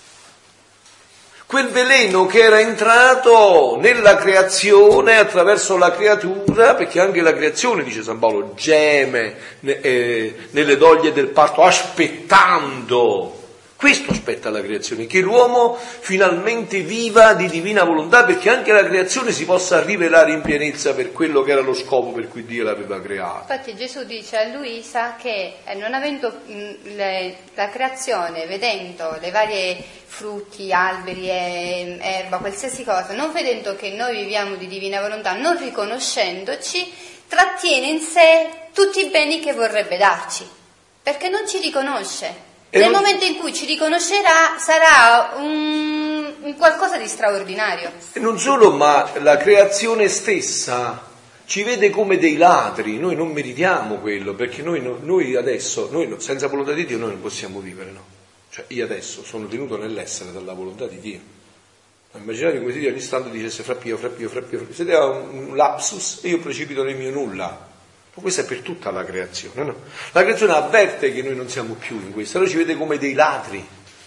Quel veleno che era entrato nella creazione attraverso la creatura, perché anche la creazione, dice San Paolo, geme eh, nelle doglie del parto, aspettando. Questo aspetta la creazione, che l'uomo finalmente viva di divina volontà, perché anche la creazione si possa rivelare in pienezza per quello che era lo scopo per cui Dio l'aveva creato. Infatti Gesù dice a Luisa che eh, non avendo mh, le, la creazione, vedendo le varie frutti, alberi, e, erba, qualsiasi cosa, non vedendo che noi viviamo di divina volontà, non riconoscendoci, trattiene in sé tutti i beni che vorrebbe darci, perché non ci riconosce. E nel non... momento in cui ci riconoscerà sarà un, un qualcosa di straordinario. E non solo, ma la creazione stessa ci vede come dei ladri. Noi non meritiamo quello, perché noi, noi adesso, noi senza volontà di Dio noi non possiamo vivere, no? Cioè io adesso sono tenuto nell'essere dalla volontà di Dio. Immaginate come se Dio ogni istante dicesse fra Pio, fra Pio, fra Pio, se deve un lapsus e io precipito nel mio nulla. Ma questo è per tutta la creazione, no? La creazione avverte che noi non siamo più in questo, allora ci vede come dei ladri.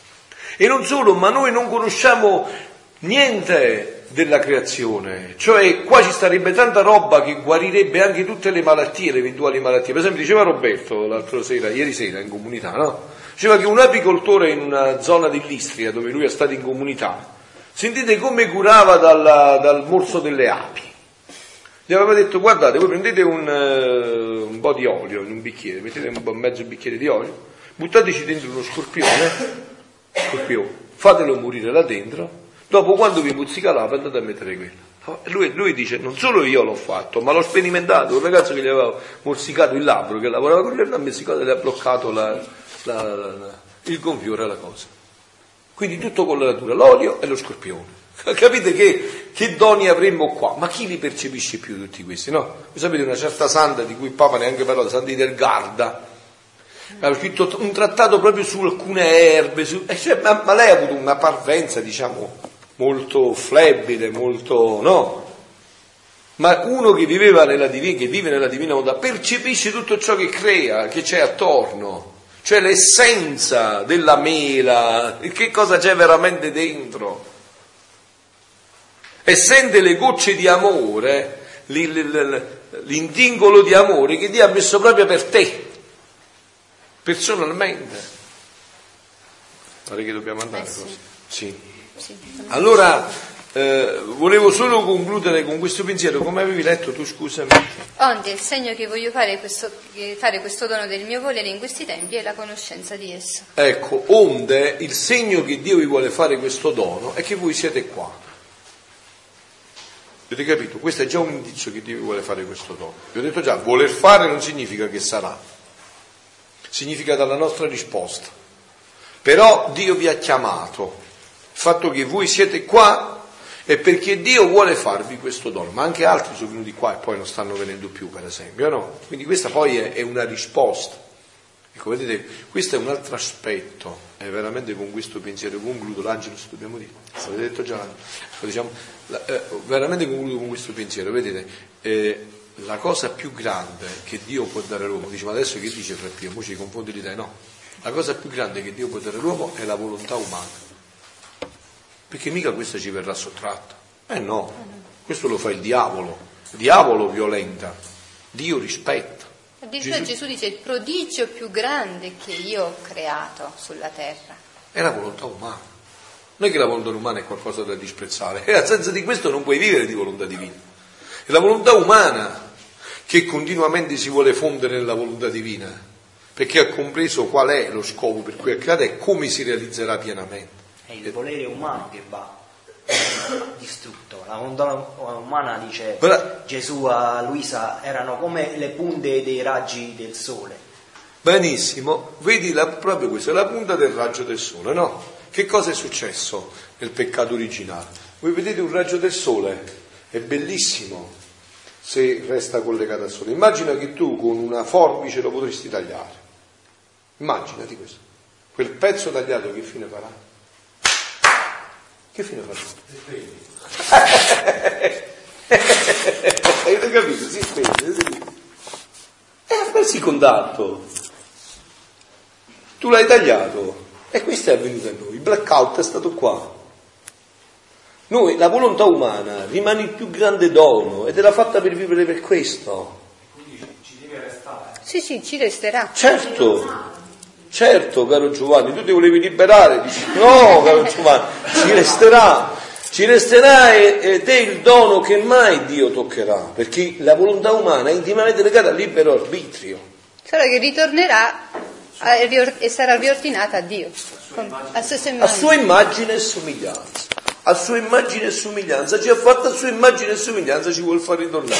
E non solo, ma noi non conosciamo niente della creazione, cioè qua ci starebbe tanta roba che guarirebbe anche tutte le malattie, le eventuali malattie. Per esempio diceva Roberto l'altra sera, ieri sera in comunità, no? Diceva che un apicoltore in una zona dell'Istria dove lui è stato in comunità, sentite come curava dalla, dal morso delle api. Gli aveva detto: guardate, voi prendete un, uh, un po' di olio in un bicchiere, mettete un po' mezzo bicchiere di olio, buttateci dentro uno scorpione, scorpione, fatelo morire là dentro, dopo quando vi muzzica l'ape andate a mettere quello. Lui, lui dice: non solo io l'ho fatto, ma l'ho sperimentato. Un ragazzo che gli aveva morsicato il labbro, che lavorava con lui, l'ha messicato e le ha bloccato la, la, la, la, il gonfiore alla cosa. Quindi tutto con la natura, l'olio e lo scorpione. Capite che, che doni avremmo qua? Ma chi li percepisce più tutti questi, no? Voi sapete una certa santa di cui il Papa neanche parla, Santa del Garda, ha scritto un trattato proprio su alcune erbe, su, eh, cioè, ma, ma lei ha avuto una parvenza, diciamo, molto flebile, molto, no? Ma uno che viveva nella divina, che vive nella divina volontà, percepisce tutto ciò che crea, che c'è attorno, cioè l'essenza della mela, che cosa c'è veramente dentro. E sente le gocce di amore, l'intingolo di amore che Dio ha messo proprio per te, personalmente. Pare che dobbiamo andare, eh sì. Sì. Sì. Allora, eh, volevo solo concludere con questo pensiero. Come avevi letto tu, scusami? Onde il segno che voglio fare questo, fare questo dono del mio volere in questi tempi è la conoscenza di esso. Ecco, onde il segno che Dio vi vuole fare questo dono è che voi siete qua. Avete capito? Questo è già un indizio che Dio vuole fare questo dono. Vi ho detto già, voler fare non significa che sarà, significa dalla nostra risposta. Però Dio vi ha chiamato. Il fatto che voi siete qua è perché Dio vuole farvi questo dono, ma anche altri sono venuti qua e poi non stanno venendo più, per esempio, no? Quindi questa poi è, è una risposta. Ecco, vedete, questo è un altro aspetto, è veramente con questo pensiero concludo, l'Angelus dobbiamo dire, avete detto già, diciamo, eh, veramente concludo con questo pensiero, vedete, eh, la cosa più grande che Dio può dare all'uomo, dice ma adesso che dice Fra Pio, mo ci confondi l'idea, no, la cosa più grande che Dio può dare all'uomo è la volontà umana, perché mica questa ci verrà sottratta, eh no, questo lo fa il diavolo, il diavolo violenta, Dio rispetta. Addirittura Gesù, Gesù dice il prodigio più grande che io ho creato sulla terra è la volontà umana, non è che la volontà umana è qualcosa da disprezzare, e senza di questo non puoi vivere di volontà divina, è la volontà umana che continuamente si vuole fondere nella volontà divina, perché ha compreso qual è lo scopo per cui è creata e come si realizzerà pienamente. È il volere umano che va distrutto. La volontà umana, dice Però, Gesù a Luisa, erano come le punte dei raggi del sole. Benissimo, vedi la, proprio questo, è la punta del raggio del sole, no? Che cosa è successo nel peccato originale? Voi vedete un raggio del sole, è bellissimo se resta collegato al sole. Immagina che tu con una forbice lo potresti tagliare. Immaginati questo. Quel pezzo tagliato che fine farà? Che fine farà? Avete capito? Si spegne. Si... È a farsi contatto. Tu l'hai tagliato e questo è avvenuto a noi. Il blackout è stato qua. Noi, la volontà umana rimane il più grande dono ed era fatta per vivere per questo. Quindi ci deve restare. Sì, sì, ci resterà. Certo, certo, caro Giovanni, tu ti volevi liberare, dici no, caro Giovanni, ci resterà, ci resterà ed è il dono che mai Dio toccherà, perché la volontà umana è intimamente legata al libero arbitrio. Solo che ritornerà a rior- e sarà riordinata a Dio, con, a sua immagine. A sua immagine e somiglianza. A sua immagine e somiglianza, ci ha fatto a sua immagine e somiglianza, ci vuol far ritornare.